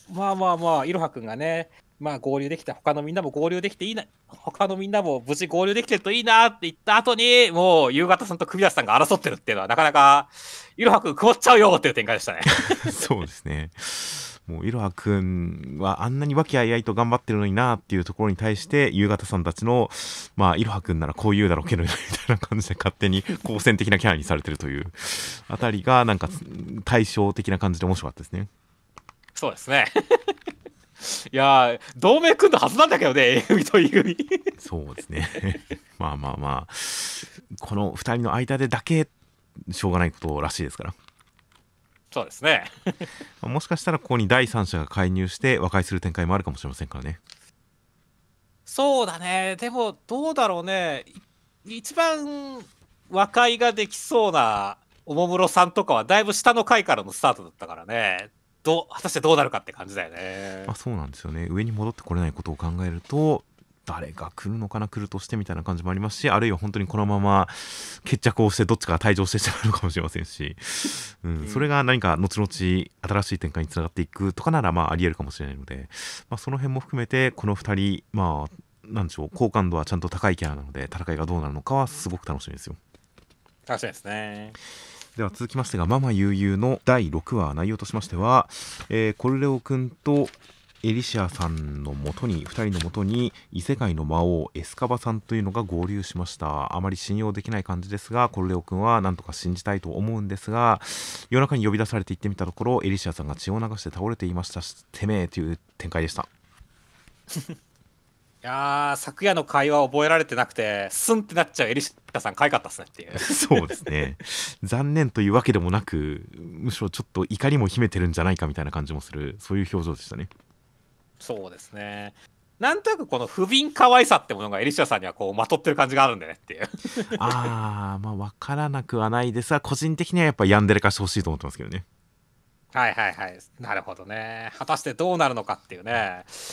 まあまあまあ、いろはくんがね、まあ合流できた、他のみんなも合流できていいな、他のみんなも無事合流できてるといいなって言った後に、もう夕方さんと首出さんが争ってるっていうのは、なかなか、いろはくん曇っちゃうよっていう展開でしたね。 そうですね。もういろはくんはあんなに和気あいあいと頑張ってるのになっていうところに対して夕方さんたちのまあいろはくんならこう言うだろうけどみたいな感じで勝手に好戦的なキャラにされてるというあたりがなんか対照的な感じで面白かったですね。 そうですね。いやー、同盟組んだはずなんだけどね、A 組と E 組。 そうですね。まあまあまあこの2人の間でだけしょうがないことらしいですから、 そうですね。 もしかしたらここに第三者が介入して和解する展開もあるかもしれませんからね。 そうだね。でも、どうだろうね。一番和解ができそうなおもむろさんとかは、だいぶ下の階からのスタートだったからね。果たしてどうなるかって感じだよね。 まあそうなんですよね。上に戻ってこれないことを考えると誰が来るのかな、来るとしてみたいな感じもありますし、あるいは本当にこのまま決着をしてどっちかが退場してしまうのかもしれませんし、それが何か後々新しい展開につながっていくとかならまあありえるかもしれないので、まあ、その辺も含めてこの2人まあなんでしょう、好感度はちゃんと高いキャラなので戦いがどうなるのかはすごく楽しみですよ。 楽しみですね。 では続きましてがママ悠々の第6話、内容としましては、コルレオ君とエリシアさんのもとに2人のもとに異世界の魔王エスカバさんというのが合流しました。あまり信用できない感じですがコルレオ君はなんとか信じたいと思うんですが、夜中に呼び出されて行ってみたところエリシアさんが血を流して倒れていましたし、てめえという展開でした。 いやー、昨夜の会話覚えられてなくて、スンってなっちゃうエリシカさん可愛かったっすねっていう。 そうですね。残念というわけでもなくむしろちょっと怒りも秘めてるんじゃないかみたいな感じもする、そういう表情でしたね。 そうですね。なんとなくこの不憫可愛さってものがエリシャさんにはこうまとってる感じがあるんでねっていう。 まあ分からなくはないですが個人的にはやっぱヤンデレ化してほしいと思ってますけどね。 はいはいはい。なるほどね。果たしてどうなるのかっていうね。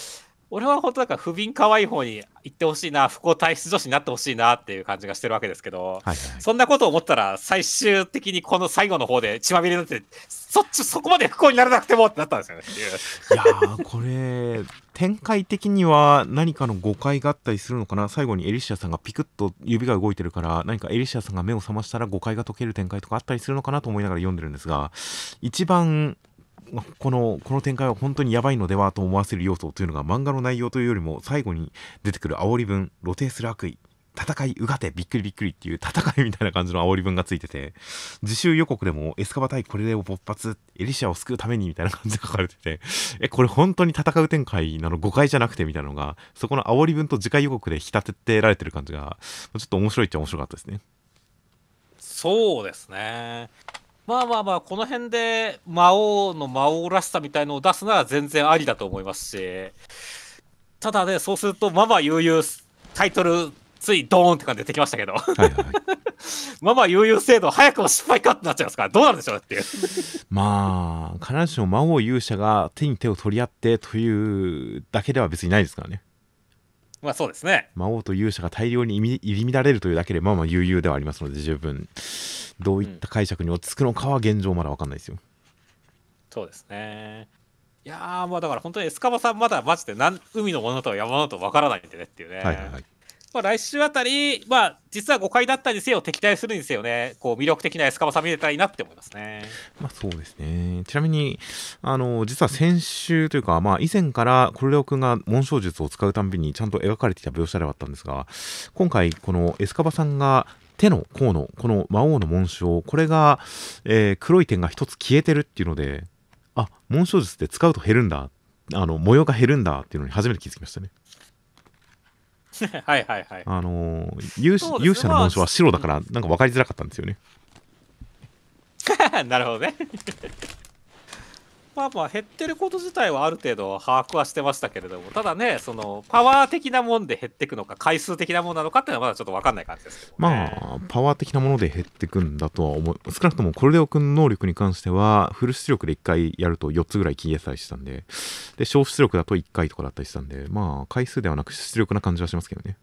俺は本当なんか不憫可愛い方に行ってほしいな、不幸体質女子になってほしいなっていう感じがしてるわけですけど、 はいはい、 そんなことを思ったら最終的にこの最後の方で血まみれになってそこまで不幸にならなくてもってなったんですよねっていう。 いやーこれ展開的には何かの誤解があったりするのかな。最後にエリシアさんがピクッと指が動いてるから何かエリシアさんが目を覚ましたら誤解が解ける展開とかあったりするのかなと思いながら読んでるんですが、一番この展開は本当にやばいのではと思わせる要素というのが漫画の内容というよりも最後に出てくる煽り文、露呈する悪意、戦いうがてびっくりびっくりっていう戦いみたいな感じの煽り文がついてて、自習予告でもエスカバ対コレレを勃発、エリシアを救うためにみたいな感じで書かれてて、これ本当に戦う展開なの、誤解じゃなくてみたいなのがそこの煽り文と次回予告で引き立ててられてる感じがちょっと面白いっちゃ面白かったですね。 そうですね。まあまあまあ、この辺で魔王の魔王らしさみたいのを出すのは全然ありだと思いますし、ただね、そうするとママ悠々タイトルついドーンって感じで出てきましたけど、 はいはいママ悠々制度早くも失敗かってなっちゃいますから、どうなるんでしょうっていう。 まあ必ずしも魔王勇者が手に手を取り合ってというだけでは別にないですからね。 まあそうですね。 魔王と勇者が大量に入り乱れるというだけでまあまあ悠々ではありますので、十分どういった解釈に落ち着くのかは現状まだ分かんないですよ。 そうですね。いやー、まあだから本当にエスカバさんまだマジで海のものと山のものと分からないんでねっていうね。 はいはいはい。 まあ来週あたり、まあ実は誤解だったにせよ敵対するにせよね、こう魅力的なエスカバさん見れたらいいなって思いますね。 まあそうですね。ちなみに実は先週というか、まあ以前からコルレオ君が紋章術を使うたんびにちゃんと描かれていた描写ではあったんですが、今回このエスカバさんが手の甲のこの魔王の紋章、これが、黒い点が一つ消えてるっていうので、あ、紋章術って使うと減るんだ、模様が減るんだっていうのに初めて気づきましたね。 はいはいはい。 勇そうですね者の紋章は白だからなんか分かりづらかったんですよね。 なるほどね。まあまあ減ってること自体はある程度把握はしてましたけれども、ただね、そのパワー的なもんで減っていくのか回数的なものなのかっていうのはまだちょっと分かんない感じですけどね。 まあパワー的なもので減ってくんだとは思う。少なくともコルレオ君の能力に関してはフル出力で1回やると4つぐらい消えたりしたんで、小出力だと1回とかだったりしたんで、まあ回数ではなく出力な感じはしますけどね。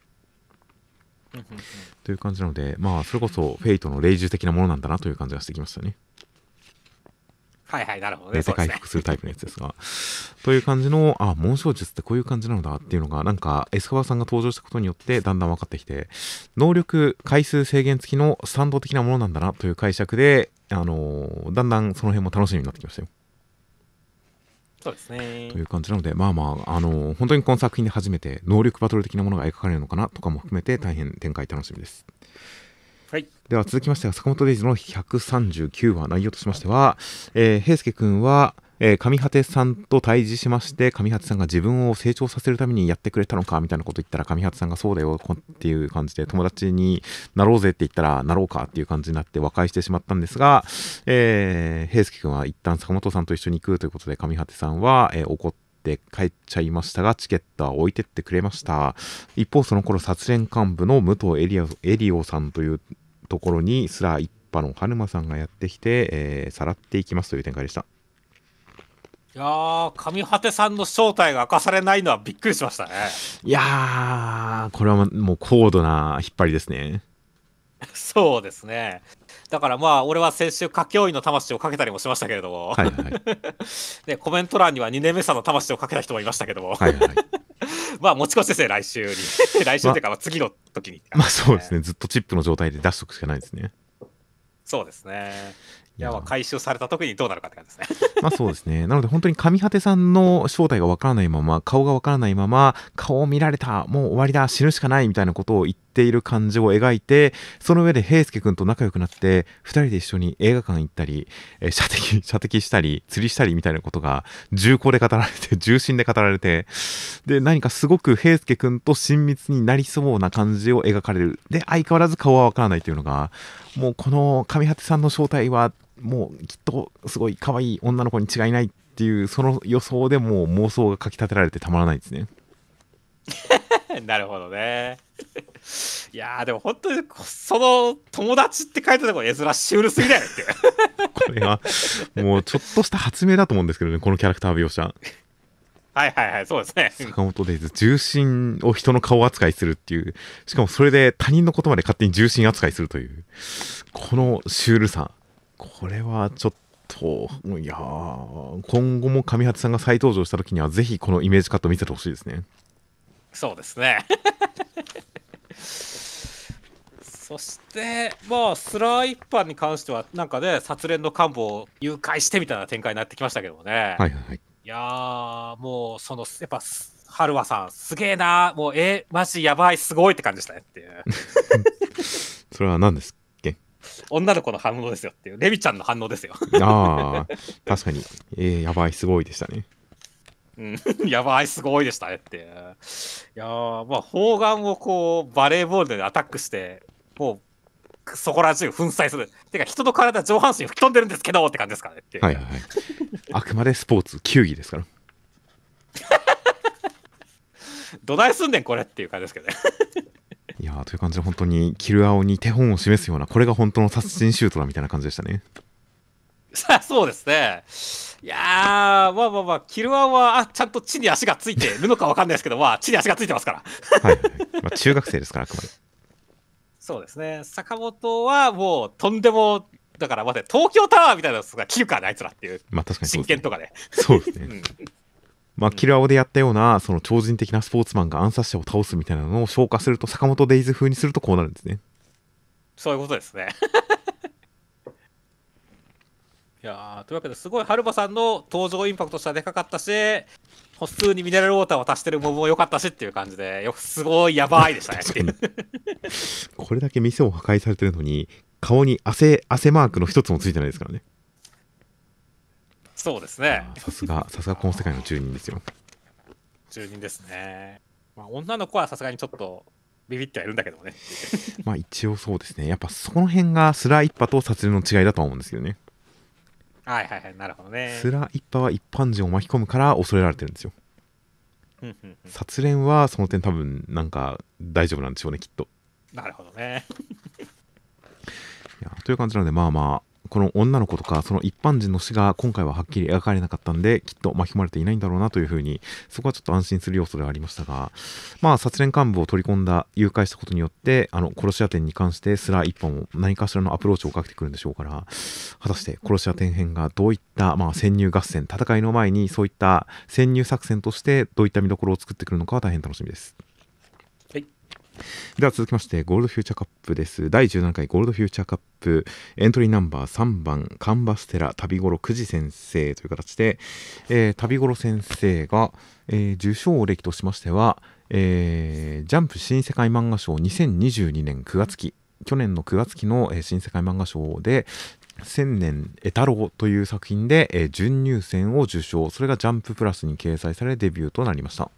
という感じなので、まあそれこそフェイトの霊獣的なものなんだなという感じがしてきましたね。 はいはい、なるほどね。 冷静回復するタイプのやつですが、という感じの、紋章術ってこういう感じなのだっていうのが、なんかエスカバーさんが登場したことによってだんだん分かってきて、能力回数制限付きのスタンド的なものなんだなという解釈で、だんだんその辺も楽しみになってきましたよ。 そうですね。 という感じなので、まあまあ、本当にこの作品で初めて能力バトル的なものが描かれるのかなとかも含めて大変展開楽しみです。 はい、 では続きましては坂本デイズの139話、内容としましては、平介君は、上果さんと対峙しまして、上果さんが自分を成長させるためにやってくれたのかみたいなこと言ったら、上果さんがそうだよっていう感じで友達になろうぜって言ったらなろうかっていう感じになって和解してしまったんですが、平介君は一旦坂本さんと一緒に行くということで、上果さんは、怒って帰っちゃいましたが、チケットは置いてってくれました。一方その頃殺練幹部の武藤エリオさんというところにすら一派の春馬さんがやってきて、さらっていきますという展開でした。 いやー、上果てさんの正体が明かされないのはびっくりしましたね。 いやー、これはもう高度な引っ張りですね。 そうですね。だからまあ俺は先週歌教員の魂をかけたりもしましたけれども、 はいはいでコメント欄には2年目差の魂をかけた人もいましたけども、 はいはいまあ持ち越しですね、来週に来週っていうか、まあ次の時に、 まあそうですね、ずっとチップの状態で出しとくしかないですね。 そうですね。いや、まあ回収された時にどうなるかって感じですね。 まあそうですね。なので本当に上果てさんの正体がわからないまま、顔がわからないまま、顔を見られた、もう終わりだ、死ぬしかないみたいなことを言っている感じを描いて、その上で平介君と仲良くなって2人で一緒に映画館行ったり、射的したり釣りしたりみたいなことが重厚で語られて、重心で語られて、で何かすごく平介君と親密になりそうな感じを描かれる。で相変わらず顔はわからないというのが、もうこの上果てさんの正体はもうきっとすごい可愛い女の子に違いないっていう、その予想でもう妄想がかき立てられてたまらないですね。 なるほどね。いやーでも本当にその友達って書いてたところ絵面シュールすぎだよってこれはもうちょっとした発明だと思うんですけどね、このキャラクター描写。 はいはいはい、そうですね。 坂本デイズ、重心を人の顔扱いするっていう、しかもそれで他人のことまで勝手に重心扱いするという、このシュールさ、これはちょっと、いやー、今後も上八さんが再登場した時には、ぜひこのイメージカット見せてほしいですね。 そうですね。そしてまあスラー一般に関してはなんかね、殺練の幹部を誘拐してみたいな展開になってきましたけどもね。 はいはいはい。 いやー、もうそのやっぱ春和さんすげえな、もうマジやばい、すごいって感じでしたねっていう。 それは何ですっけ？ 女の子の反応ですよっていう、レミちゃんの反応ですよ。 ああ、確かに、やばい、すごいでしたね。 うん、やばい、すごいでしたねっていう。いやー、まあ砲丸をこうバレーボールでアタックしてもうそこら中粉砕する。てか人の体上半身吹き飛んでるんですけどって感じですからねっていう。 はいはいはい。あくまでスポーツ、球技ですから。 どないすんねんこれっていう感じですけどね。 いやー、という感じで本当にキルアオに手本を示すような、これが本当の殺人シュートだみたいな感じでしたね。 さあそうですね。いやー、まあまあまあ、キルアンはちゃんと地に足がついてるのかわかんないですけど、まあ地に足がついてますから。 はいはいはい。まあ、中学生ですから、あくまで。 そうですね。坂本はもうとんでも、だから待って、東京タワーみたいなのが切るからね、あいつらっていう。 まあ確かにそうですね。 真剣とかで。 そうですね。 うん、 まあ、キルアオでやったような、その超人的なスポーツマンが暗殺者を倒すみたいなのを消化すると、坂本デイズ風にするとこうなるんですね。 そういうことですね。いやというわけですごい春馬さんの登場インパクトとしてはでかかったし、普通にミネラルウォーターを足してるもも良かったしっていう感じで、すごいやばいでしたねっていう。 これだけ店を破壊されてるのに、顔に汗マークの一つもついてないですからね。 そうですね。 さすがこの世界の住人ですよ。 住人ですね。まあ、女の子はさすがにちょっとビビってはいるんだけどもね。 まあ一応そうですね。やっぱその辺がスラー一派と殺人の違いだとは思うんですよね。 はいはいはい、なるほどね。 スラー一派は一般人を巻き込むから恐れられてるんですよ。殺練はその点多分なんか大丈夫なんでしょうね、きっと。 なるほどね。 いやという感じなので、まあまあこの女の子とかその一般人の死が今回ははっきり描かれなかったんで、きっと巻き込まれていないんだろうなというふうに、そこはちょっと安心する要素ではありましたが、まあ殺練幹部を取り込んだ、誘拐したことによって殺し屋店に関してスラー一本を何かしらのアプローチをかけてくるんでしょうから、果たして殺し屋店編がどういった、まあ、潜入合戦、戦いの前にそういった潜入作戦としてどういった見どころを作ってくるのかは大変楽しみです。 はい。 では続きましてゴールドフューチャーカップです。第17回ゴールドフューチャーカップエントリーナンバー3番カンバステラ旅頃久慈先生という形で、旅頃先生が、受賞歴としましては、ジャンプ新世界漫画賞2022年9月期、去年の9月期の、新世界漫画賞で千年エタロウという作品で、準入選を受賞。それがジャンププラスに掲載されデビューとなりました。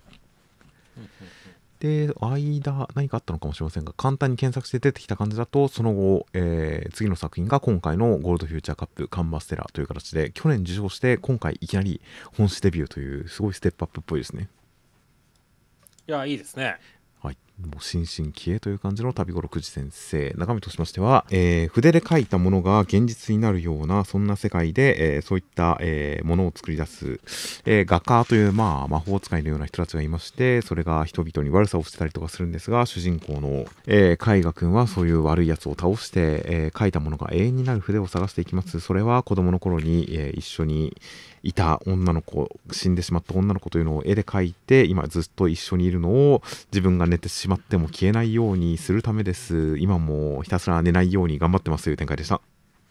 で、間何かあったのかもしれませんが、簡単に検索して出てきた感じだと、その後、次の作品が今回のゴールドフューチャーカップカンバステラという形で、去年受賞して今回いきなり本誌デビューというすごいステップアップっぽいですね。 いや、いいですね。 はい、もう新進気鋭という感じの旅頃久慈先生。中身としましては、筆で描いたものが現実になるようなそんな世界で、そういった、ものを作り出す、画家という、まあ、魔法使いのような人たちがいまして、それが人々に悪さをしてたりとかするんですが、主人公の、絵画くんはそういう悪いやつを倒して、描いたものが永遠になる筆を探していきます。それは子供の頃に、一緒にいた女の子、死んでしまった女の子というのを絵で描いて、今ずっと一緒にいるのを自分が寝てしまっても消えないようにするためです。今もひたすら寝ないように頑張ってますという展開でした。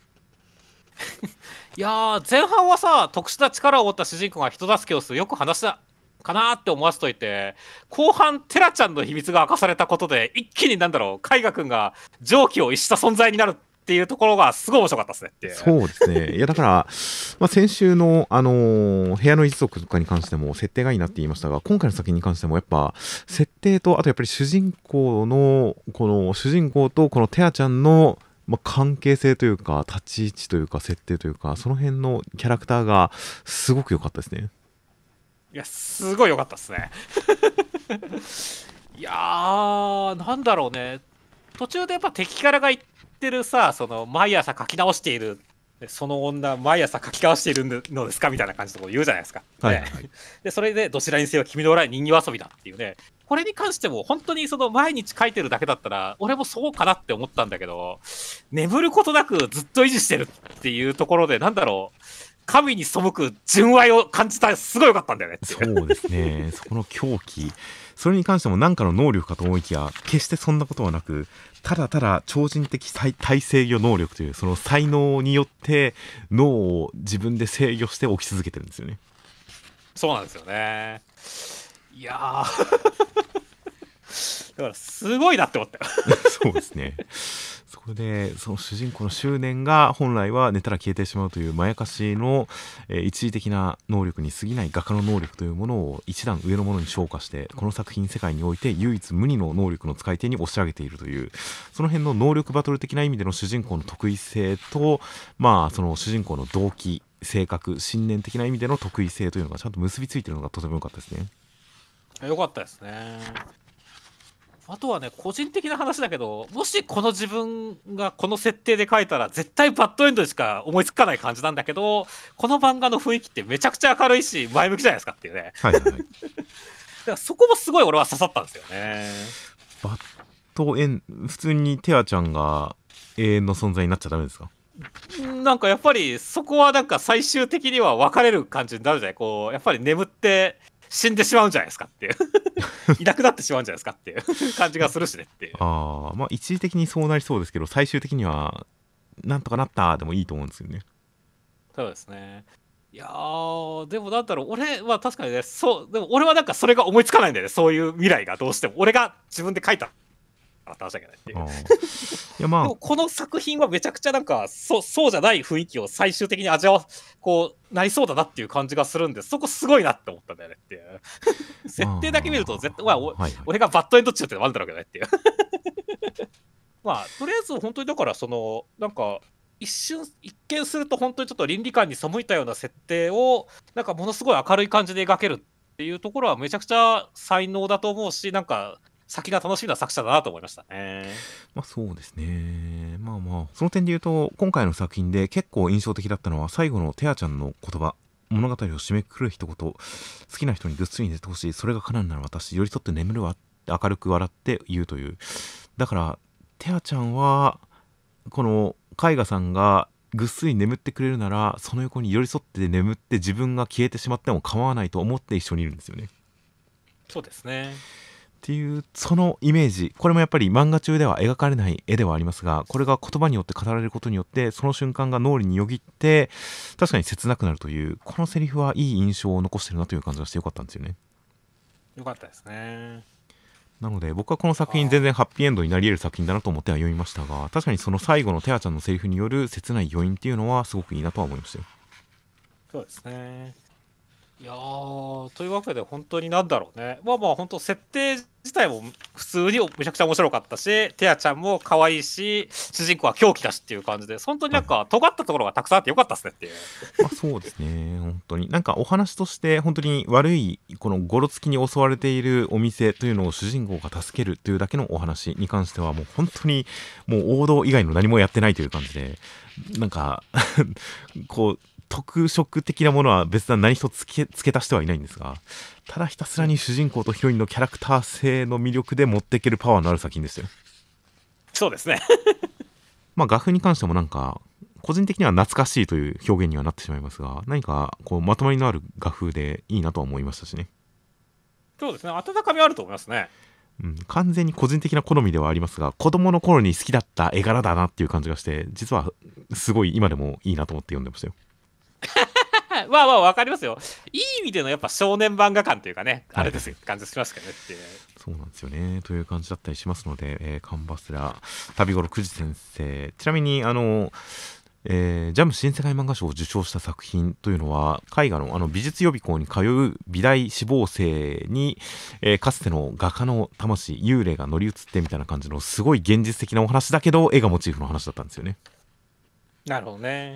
いやー、前半はさ、特殊な力を持った主人公が人助けをする、よく話したかなって思わせといて、後半テラちゃんの秘密が明かされたことで一気になんだろう、絵画くんが常軌を逸した存在になるっていうところがすごい面白かったですねっていう。 そうですね。いやだから、まあ、先週の、部屋の一族とかに関しても設定がいいなって言いましたが、今回の作品に関してもやっぱ設定と、あとやっぱり主人公とこのテアちゃんの、まあ、関係性というか立ち位置というか設定というか、その辺のキャラクターがすごく良かったですね。 いや、すごい良かったですね。いやー、なんだろうね。途中でやっぱ敵キャラが言ってるさ、その毎朝書き直しているでその女毎朝書き交わしているのですかみたいな感じのことを言うじゃないですか。 はいはいはい。 でそれでどちらにせよ君の笑い人形遊びだっていうね、これに関しても本当にその毎日書いてるだけだったら俺もそうかなって思ったんだけど、眠ることなくずっと維持してるっていうところでなんだろう、神に背く純愛を感じた、すごい良かったんだよねっていう。 そうですね。そこの狂気、それに関しても何かの能力かと思いきや、決してそんなことはなく、ただただ超人的体制御能力というその才能によって脳を自分で制御して起き続けてるんですよね。 そうなんですよね。いやーだからすごいなって思ったよ。 そうですね。そこでその主人公の執念が本来は寝たら消えてしまうというまやかしの、一時的な能力に過ぎない画家の能力というものを一段上のものに昇華して、この作品世界において唯一無二の能力の使い手に押し上げているという、その辺の能力バトル的な意味での主人公の得意性と、まあその主人公の動機、性格、信念的な意味での得意性というのがちゃんと結びついているのがとても良かったですね。 よかったですね。あとはね、個人的な話だけど、もしこの自分がこの設定で書いたら絶対バッドエンドでしか思いつかない感じなんだけど、この漫画の雰囲気ってめちゃくちゃ明るいし前向きじゃないですかっていうね。 はいはい。 だからそこもすごい俺は刺さったんですよね。 バッドエン、普通にテアちゃんが永遠の存在になっちゃダメですか？ なんかやっぱりそこはなんか最終的には分かれる感じになるじゃない。こうやっぱり眠って死んでしまうんじゃないですかっていういなくなってしまうんじゃないですかっていう感じがするしねっていう。 ああ、まあ一時的にそうなりそうですけど、最終的にはなんとかなったでもいいと思うんですよね。 そうですね。いやー、でもなんだろう、俺は確かにね、そう、でも俺はなんかそれが思いつかないんだよね、そういう未来がどうしても。俺が自分で書いたからって話だけどねっていう。 ああ、いやまあでもこの作品はめちゃくちゃなんか、そうじゃない雰囲気を最終的に味わう、こう、なりそうだなっていう感じがするんで、そこすごいなって思ったんだよねっていう。設定だけ見ると絶対、まあ、 はいはい、 俺がバッドエンド中ってのもあるんだろうけどねっていう。まあ、とりあえず本当にだからその、なんか、一見すると本当にちょっと倫理観に背いたような設定をなんかものすごい明るい感じで描けるっていうところはめちゃくちゃ才能だと思うし、なんか先が楽しみな作者だなと思いましたね。 まあそうですね。まあまあその点で言うと、今回の作品で結構印象的だったのは最後のテアちゃんの言葉、物語を締めくくる一言、好きな人にぐっすり寝てほしい、それが叶うなら私寄り添って眠るわって明るく笑って言うという。だからテアちゃんはこの海賀さんがぐっすり眠ってくれるなら、その横に寄り添って眠って自分が消えてしまっても構わないと思って一緒にいるんですよね。っそうですね。 ていうそのイメージ、これもやっぱり漫画中では描かれない絵ではありますが、これが言葉によって語られることによってその瞬間が脳裏によぎって確かに切なくなるという、このセリフはいい印象を残してるなという感じがしてよかったんですよね。 よかったですね。 なので僕はこの作品全然ハッピーエンドになり得る作品だなと思っては読みましたが、確かにその最後のテアちゃんのセリフによる切ない余韻っていうのはすごくいいなとは思いましたよ。 そうですね。いやー、というわけで本当になんだろうね。まあまあ本当設定自体も普通にめちゃくちゃ面白かったし、テアちゃんも可愛いし、主人公は狂気だしっていう感じで、本当になんか尖ったところがたくさんあってよかったっすねっていう。 まあそうですね、本当になんかお話として本当に悪いこのゴロつきに襲われているお店というのを主人公が助けるというだけのお話に関してはもう本当にもう王道以外の何もやってないという感じで、なんかこう特色的なものは別段何一つ付け足してはいないんですが、ただひたすらに主人公とヒロインのキャラクター性の魅力で持っていけるパワーのある作品ですよ。 そうですね。 まあ画風に関してもなんか個人的には懐かしいという表現にはなってしまいますが、何かこうまとまりのある画風でいいなとは思いましたしね。 そうですね。温かみあると思いますね。 うん、完全に個人的な好みではありますが、子供の頃に好きだった絵柄だなっていう感じがして、実はすごい今でもいいなと思って読んでましたよ。 まあまあわかりますよ。いい意味でのやっぱ少年漫画感というかね、あれですよ、感じしますけどねっていう。 そうなんですよね。という感じだったりしますので、カンバスラ旅頃久慈先生、ちなみにジャム新世界漫画賞を受賞した作品というのは、絵画の美術予備校に通う美大志望生に、かつての画家の魂幽霊が乗り移ってみたいな感じのすごい現実的なお話だけど絵がモチーフの話だったんですよね。 なるほどね。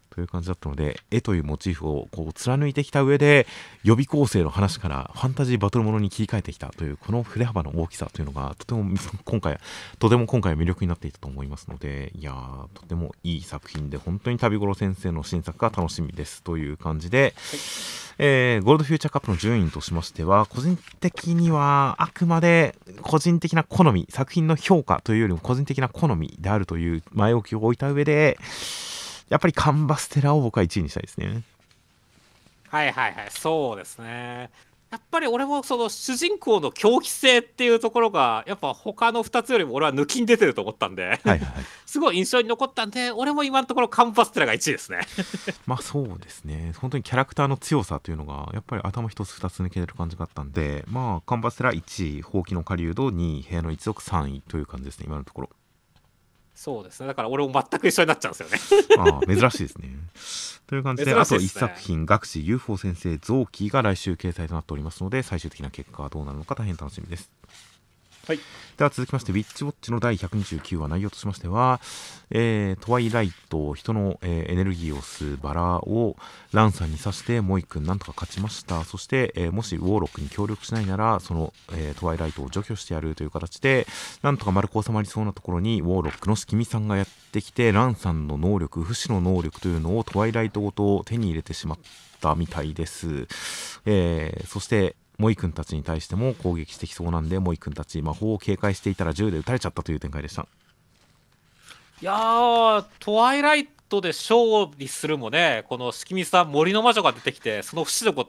という感じだったので、絵というモチーフをこう貫いてきた上で予備構成の話からファンタジーバトルものに切り替えてきたというこの振れ幅の大きさというのがとても今回は魅力になっていたと思いますので、いやーとてもいい作品で本当に旅五郎先生の新作が楽しみですという感じで、ゴールドフューチャーカップの順位としましては、個人的にはあくまで個人的な好み、作品の評価というよりも個人的な好みであるという前置きを置いた上で、やっぱりカンバステラを僕は1位にしたいですね。 はいはいはい、そうですね。やっぱり俺もその主人公の狂気性っていうところがやっぱ他の2つよりも俺は抜きに出てると思ったんで、 はいはいはいすごい印象に残ったんで、俺も今のところカンバステラが1位ですね。 まあそうですね、本当にキャラクターの強さというのがやっぱり頭一つ二つ抜けてる感じがあったんで、まあカンバステラ1位、ほうきの狩人2位、部屋の一族3位という感じですね、今のところ。 そうですね。だから俺も全く一緒になっちゃうんですよね。 ああ珍しいですね。という感じで、あと1作品、学士 UFO 先生臓器が来週掲載となっておりますので、最終的な結果はどうなるのか大変楽しみです。 はい、 では続きまして、ウィッチウォッチの第129話、内容としましては、トワイライト、人の、エネルギーを吸うバラをランさんに刺してモイ君なんとか勝ちました。そして、もしウォーロックに協力しないならその、トワイライトを除去してやるという形で、なんとか丸く収まりそうなところにウォーロックのしきみさんがやってきて、ランさんの能力、不死の能力というのをトワイライトごと手に入れてしまったみたいです。そしてモイ君たちに対しても攻撃してきそうなんで、モイ君たち魔法を警戒していたら銃で撃たれちゃったという展開でした。 いやー、トワイライトで勝利するもね、このしきみさん、森の魔女が出てきて、その不死の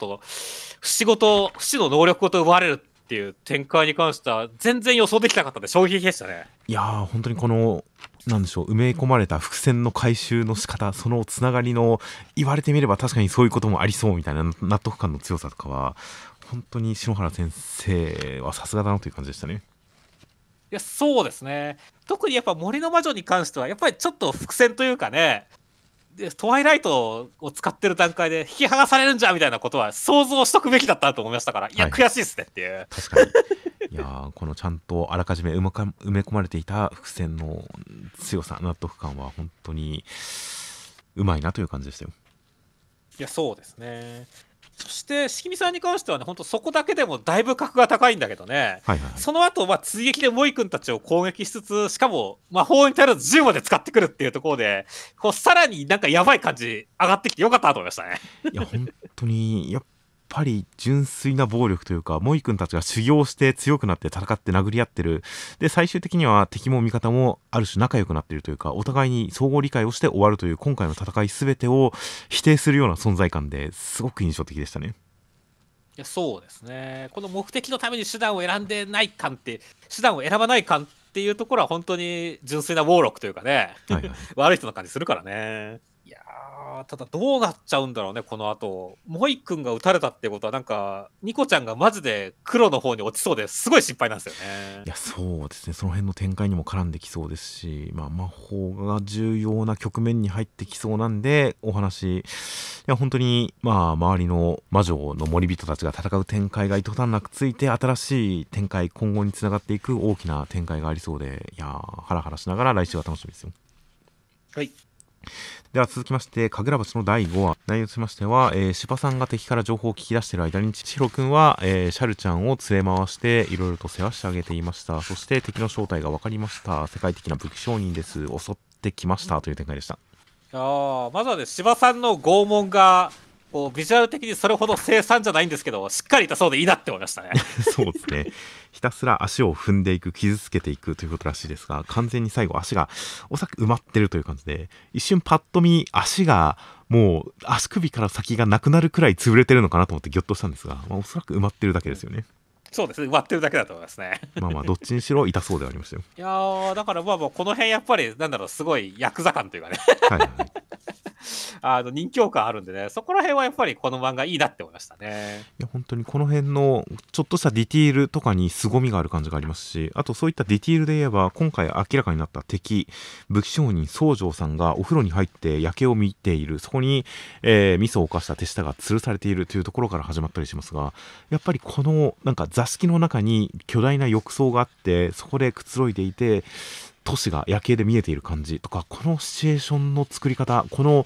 能力ごと奪われるっていう展開に関しては、全然予想できなかったんで、衝撃でしたね。 いやー、本当にこの、なんでしょう、埋め込まれた伏線の回収の仕方、そのつながりの、言われてみれば確かにそういうこともありそうみたいな納得感の強さとかは、本当に篠原先生はさすがだなという感じでしたね。 いや、そうですね。特にやっぱ森の魔女に関しては、やっぱりちょっと伏線というかね、でトワイライトを使ってる段階で引き剥がされるんじゃみたいなことは想像しとくべきだったと思いましたから、いや、悔しいですねっていう。 確かに。いやー、このちゃんとあらかじめ埋め込まれていた伏線の強さ、納得感は本当にうまいなという感じでしたよ。 いや、そうですね。そしてしきみさんに関してはね、本当そこだけでもだいぶ格が高いんだけどね、 はいはいはい、 その後追撃でモイ君たちを攻撃しつつ、しかも魔法に頼らず銃まで使ってくるっていうところで、こうさらになんかやばい感じ上がってきてよかったと思いましたね。 いや本当にやっぱり純粋な暴力というか、モイ君たちが修行して強くなって戦って殴り合ってる、で最終的には敵も味方もある種仲良くなっているというか、お互いに相互理解をして終わるという今回の戦い全てを否定するような存在感ですごく印象的でしたね。 いや、そうですね。この目的のために手段を選んでない感って、手段を選ばない感っていうところは本当に純粋なウォーロックというかね、はいはい、悪い人な感じするからね。いやー、ただどうなっちゃうんだろうね、この後。モイ君が撃たれたってことは、なんかニコちゃんがマジで黒の方に落ちそうですごい心配なんですよね。 いや、そうですね、その辺の展開にも絡んできそうですし、魔法が重要な局面に入ってきそうなんで、お話、いや本当に周りの魔女の森人たちが戦う展開が糸端なくついて、新しい展開、今後につながっていく大きな展開がありそうで、いやハラハラしながら来週は楽しみですよ。 はい。 では続きまして、神楽橋の第5話、内容としましては、芝さんが敵から情報を聞き出している間に、千尋くんは、シャルちゃんを連れ回していろいろと世話してあげていました。そして敵の正体が分かりました。世界的な武器商人です。襲ってきましたという展開でした。 まずはね、芝さんの拷問がこうビジュアル的にそれほど凄惨じゃないんですけど、しっかり痛そうでいいなって思いましたね。 そうですね。ひたすら足を踏んでいく、傷つけていくということらしいですが、完全に最後足がおそらく埋まってるという感じで、一瞬パッと見足がもう足首から先がなくなるくらい潰れてるのかなと思ってギョッとしたんですが、おそらく埋まってるだけですよね。 そうですね、埋まってるだけだと思いますね。 どっちにしろ痛そうではありましたよ。 いやー、だからこの辺やっぱりなんだろう、すごいヤクザ感というかねはいはい人情感あるんでね、そこら辺はやっぱりこの漫画いいなって思いましたね。 いや本当にこの辺のちょっとしたディティールとかに凄みがある感じがありますし、あとそういったディティールで言えば、今回明らかになった敵、武器商人宗城さんがお風呂に入って夜景を見ている、そこに、ミスを犯した手下が吊るされているというところから始まったりしますが、やっぱりこのなんか座敷の中に巨大な浴槽があって、そこでくつろいでいて都市が夜景で見えている感じとか、このシチュエーションの作り方、この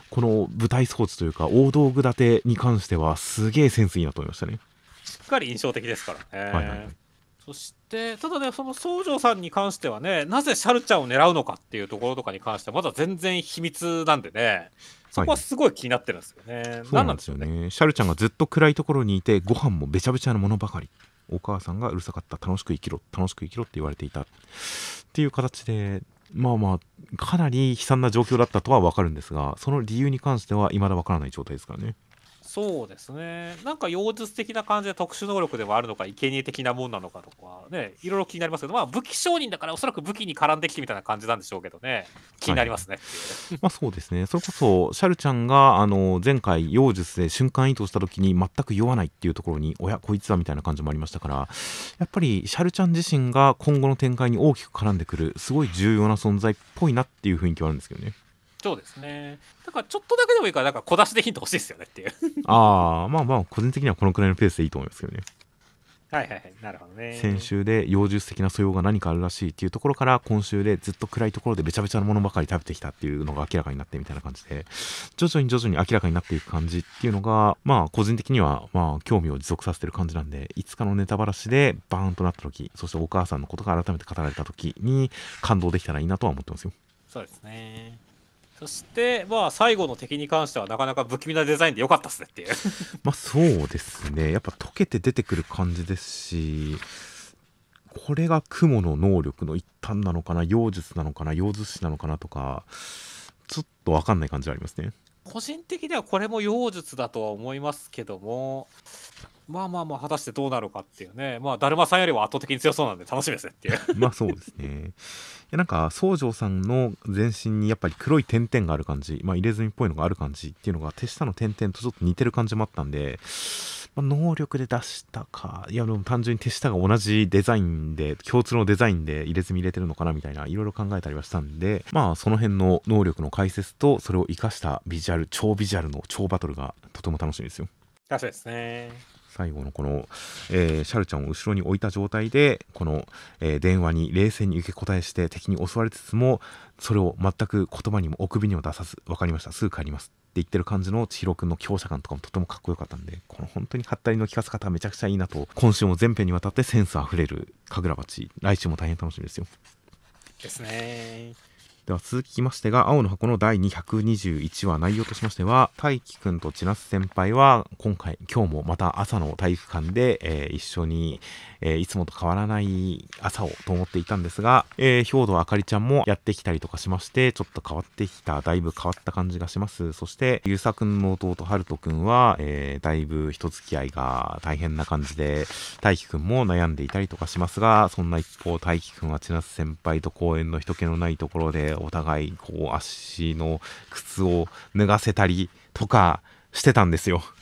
この舞台装置というか大道具立てに関してはすげえセンスいいなと思いましたね。 しっかり印象的ですからね。 はいはいはい。 そしてただね、その宗城さんに関してはね、なぜシャルちゃんを狙うのかっていうところとかに関してはまだ全然秘密なんでね、そこはすごい気になってるんですよね。 そうなんですよね。シャルちゃんがずっと暗いところにいて、ご飯もべちゃべちゃなものばかり、お母さんがうるさかった、楽しく生きろ楽しく生きろって言われていたっていう形で、まあまあかなり悲惨な状況だったとは分かるんですが、その理由に関しては未だ分からない状態ですからね。 そうですね。なんか妖術的な感じで特殊能力でもあるのか、生贄的なもんなのかとかね、いろいろ気になりますけど、まあ武器商人だからおそらく武器に絡んできてみたいな感じなんでしょうけどね、気になりますねっていう。 まあそうですね。それこそシャルちゃんが前回妖術で瞬間移動した時に全く酔わないっていうところに、おやこいつはみたいな感じもありましたから、やっぱりシャルちゃん自身が今後の展開に大きく絡んでくるすごい重要な存在っぽいなっていう雰囲気はあるんですけどね。 そうですね。だからちょっとだけでもいいから、なんか小出しでヒント欲しいですよねっていう。 ああ、まあまあ個人的にはこのくらいのペースでいいと思いますけどね。 はいはいはい、なるほどね。 先週で妖術的な素養が何かあるらしいっていうところから、今週でずっと暗いところでべちゃべちゃなものばかり食べてきたっていうのが明らかになってみたいな感じで、徐々に明らかになっていく感じっていうのが、まあ個人的にはまあ興味を持続させてる感じなんで、いつかのネタバラシでバーンとなった時、そしてお母さんのことが改めて語られた時に感動できたらいいなとは思ってますよ。 そうですね。そしてまあ最後の敵に関してはなかなか不気味なデザインで良かったっすねっていう。 まあそうですね。やっぱ溶けて出てくる感じですし、これが雲の能力の一端なのかな、妖術なのかな、妖術師なのかなとか、ちょっと分かんない感じはありますね。 個人的にはこれも妖術だとは思いますけども、まあまあまあ果たしてどうなるかっていうね、まあだるまさんよりは圧倒的に強そうなんで楽しみですねっていう。 まあそうですね。いやなんか宗城さんの全身にやっぱり黒い点々がある感じ、まあ入れ墨っぽいのがある感じっていうのが手下の点々とちょっと似てる感じもあったんで、まあ、能力で出したか、いやでも単純に手下が同じデザインで、共通のデザインで入れ墨入れてるのかなみたいな、いろいろ考えたりはしたんで、まあその辺の能力の解説とそれを生かしたビジュアル、超ビジュアルの超バトルがとても楽しみですよ。 確かにですね。 最後のこの、シャルちゃんを後ろに置いた状態でこの、電話に冷静に受け答えして敵に襲われつつも、それを全く言葉にもお首にも出さず、分かりましたすぐ帰りますって言ってる感じの千尋くんの強者感とかもとてもかっこよかったんで、この本当にハッタリの聞かせ方はめちゃくちゃいいなと、今週も全編にわたってセンスあふれる神楽鉢、来週も大変楽しみですよ。 ですね。 では続きましてが、青の箱の第221話、内容としましては、大輝くんと千夏先輩は今日もまた朝の体育館で、一緒に、いつもと変わらない朝をと思っていたんですが、兵藤あかりちゃんもやってきたりとかしまして、ちょっと変わってきた、だいぶ変わった感じがします。そしてゆうさくんの弟はるとくんは、だいぶ人付き合いが大変な感じで、大輝くんも悩んでいたりとかしますが、そんな一方大輝くんは千夏先輩と公園の人気のないところでお互いこう足の靴を脱がせたりとかしてたんですよ。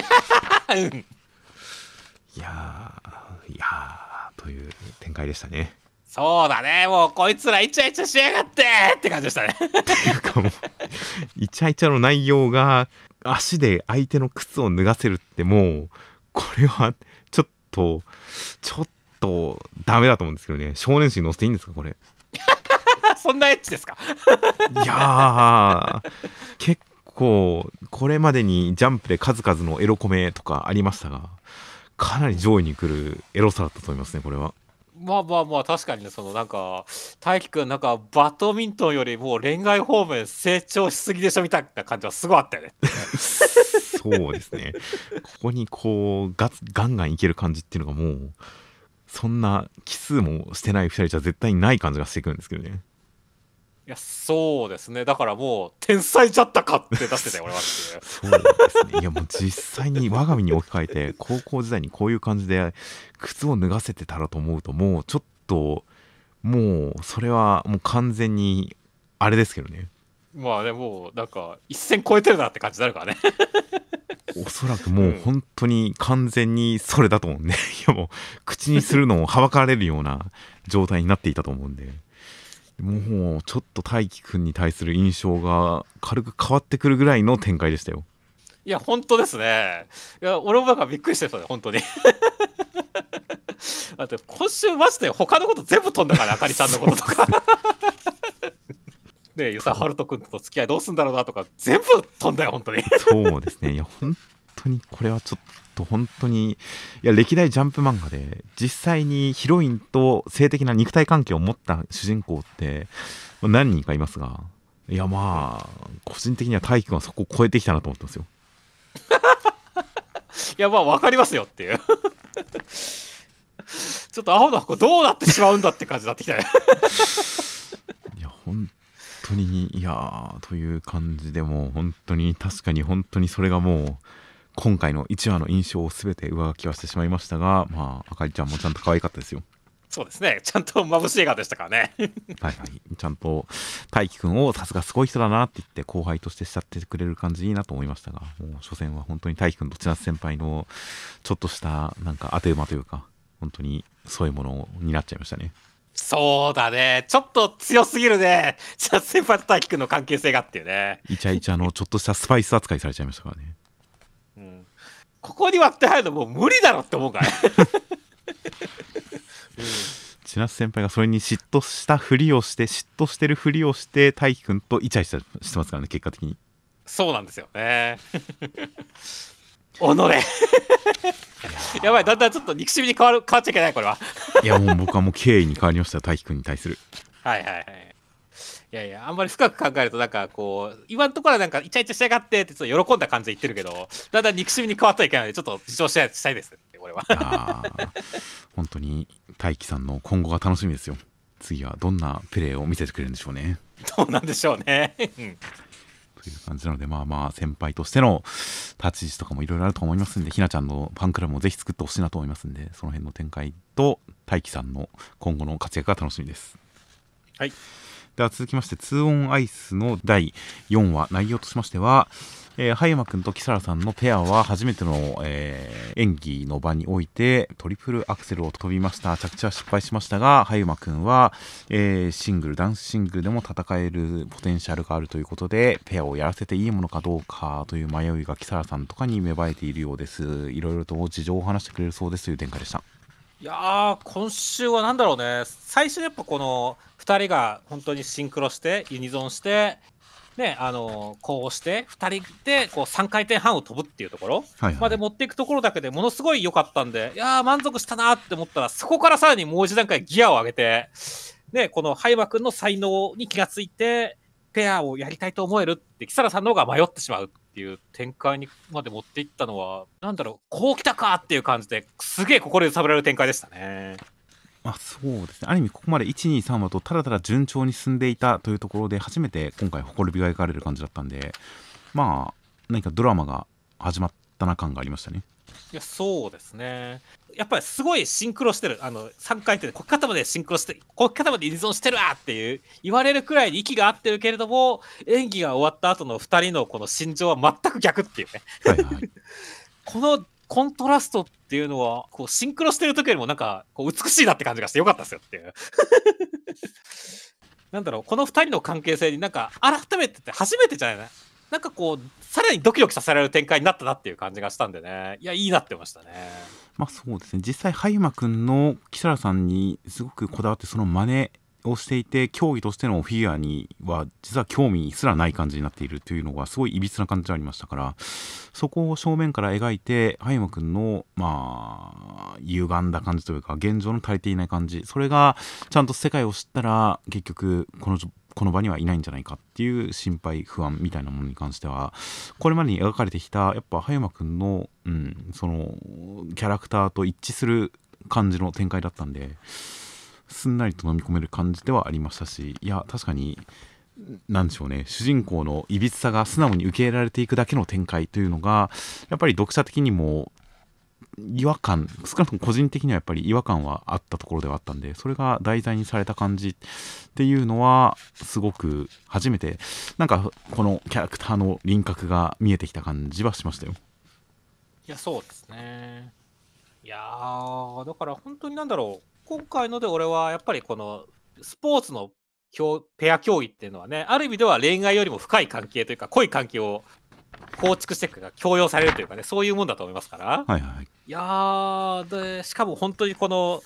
いやという展開でしたね。 そうだね、もうこいつらイチャイチャしやがってって感じでしたね。 っていうかもうイチャイチャの内容が足で相手の靴を脱がせるってもうこれはちょっとダメだと思うんですけどね。少年誌に載せていいんですかこれ。 そんなエッチですか。 いやー結構これまでにジャンプで数々のエロコメとかありましたが、かなり上位に来るエロさだったと思いますねこれは。 まあまあまあ確かにね、そのなんか大輝くんなんかバドミントンよりもう恋愛方面成長しすぎでしょみたいな感じはすごいあったよね。 そうですね。ここにこうガンガンいける感じっていうのがもうそんな奇数もしてない2人じゃ絶対にない感じがしてくるんですけどね。 いやそうですね、だからもう天才じゃったかって出してたよ俺はっていう。 そうですね。いやもう実際に我が身に置き換えて高校時代にこういう感じで靴を脱がせてたらと思うと、もうちょっともうそれはもう完全にあれですけどね。 まあね、もうなんか一線超えてるなって感じになるからね。 おそらくもう本当に完全にそれだと思うんで、いやもう口にするのをはばかられるような状態になっていたと思うんで、もうちょっと大輝くんに対する印象が軽く変わってくるぐらいの展開でしたよ。 いや本当ですね。いや俺もなんかびっくりしてたね本当に。だって今週マジで他のこと全部飛んだから、あかりさんのこととか。 ね、遊佐春人君と付き合いどうすんだろうなとか、全部飛んだよ、本当に。 そうですね。いや、本当にこれはちょっと本当に、いや、歴代ジャンプ漫画で実際にヒロインと性的な肉体関係を持った主人公って何人かいますが、いや、まあ個人的には大輝くんはそこを超えてきたなと思ってますよ。 いや、まあ、わかりますよっていう。ちょっと青の箱どうなってしまうんだって感じになってきたね。 いや、本当に、いやー、という感じで、もう本当に、確かに本当にそれがもう今回の1話の印象を全て上書きはしてしまいましたが、まああかりちゃんもちゃんと可愛かったですよ。 そうですね。ちゃんと眩しい笑顔でしたからね。 はいはい、ちゃんと大輝くんをさすがすごい人だなって言って後輩として慕ってくれる感じいいなと思いましたが、もう所詮は本当に大輝くんと千夏先輩のちょっとしたなんか当て馬というか、本当にそういうものになっちゃいましたね。 そうだね。ちょっと強すぎるね。じゃあ先輩と大輝くんの関係性がっていうね。 イチャイチャのちょっとしたスパイス扱いされちゃいましたからね。 うん、ここに割って入るのもう無理だろって思うから。 千夏先輩がそれに嫉妬したふりをして嫉妬してるふりをして大輝くんとイチャイチャしてますからね、結果的に。 そうなんですよね。おのれ。やばい、だんだんちょっと憎しみに変わっちゃいけない、これは。 いや、もう僕はもう敬意に変わりましたよ、大輝くんに対する。 はいはいはい。いやいや、あんまり深く考えると、なんかこう、今のところはなんかイチャイチャしやがってってちょっと喜んだ感じで言ってるけど、だんだん憎しみに変わってはいけないので、ちょっと自重したいですね、これは。 本当に大輝さんの今後が楽しみですよ。次はどんなプレーを見せてくれるんでしょうね。 どうなんでしょうね。 という感じなので、まあまあ先輩としての立ち位置とかもいろいろあると思いますんで、ひなちゃんのファンクラブもぜひ作ってほしいなと思いますんで、その辺の展開と大輝さんの今後の活躍が楽しみです。 はい。 では続きまして、2オンアイスの第4話、内容としましては、葉山くんと木更さんのペアは初めての、演技の場においてトリプルアクセルを飛びました。着地は失敗しましたが、葉山くんは、シングル男子シングルでも戦えるポテンシャルがあるということで、ペアをやらせていいものかどうかという迷いが木更さんとかに芽生えているようです。いろいろと事情を話してくれるそうですという展開でした。 いやー、今週はなんだろうね、最初やっぱこの2人が本当にシンクロしてユニゾンしてね、こうして2人でこう3回転半を飛ぶっていうところまで持っていくところだけでものすごい良かったんで、いやー満足したなって思ったら、そこからさらにもう一段階ギアを上げて、ね、この葉山くんの才能に気がついてペアをやりたいと思えるって木更さんの方が迷ってしまうっていう展開にまで持っていったのは、なんだろう、こうきたかっていう感じですげえ心揺さぶられる展開でしたね。 そうですね、ある意味ここまで123話とただただ順調に進んでいたというところで初めて今回ほころびが描かれる感じだったんで、まあ何かドラマが始まったな感がありましたね。 いや、そうですね。やっぱりすごいシンクロしてる、3回転でこき方までシンクロして、こき方まで依存してるわっていう言われるくらいに息が合ってるけれども、演技が終わった後の2人のこの心情は全く逆っていうね。 はいはい、 このコントラストっていうのはこうシンクロしてる時よりもなんかこう美しいなって感じがしてよかったですよっていう。なんだろう、この2人の関係性になんか改めてって初めてじゃないな。なんかこうさらにドキドキさせられる展開になったなっていう感じがしたんでね、いや、いいなって思いましたね。 そうですね、実際葉山くんの木更さんにすごくこだわってその真似をしていて、競技としてのフィギュアには実は興味すらない感じになっているというのがすごいいびつな感じがありましたから、そこを正面から描いて葉山くんの歪んだ感じというか現状の足りていない感じ、それがちゃんと世界を知ったら結局この場にはいないんじゃないかっていう心配不安みたいなものに関しては、これまでに描かれてきたやっぱ葉山くんの、そのキャラクターと一致する感じの展開だったんで、すんなりと飲み込める感じではありましたし、いや確かになんでしょうね、主人公のいびつさが素直に受け入れられていくだけの展開というのがやっぱり読者的にも違和感、少なくとも個人的にはやっぱり違和感はあったところではあったんで、それが題材にされた感じっていうのはすごく初めてなんかこのキャラクターの輪郭が見えてきた感じはしましたよ。 いや、そうですね。いやー、だから本当になんだろう、今回ので俺はやっぱりこのスポーツのペア競技っていうのはね、ある意味では恋愛よりも深い関係というか濃い関係を構築していくか強要されるというかね、そういうもんだと思いますから。 はいはい、 いやーでしかも本当にこの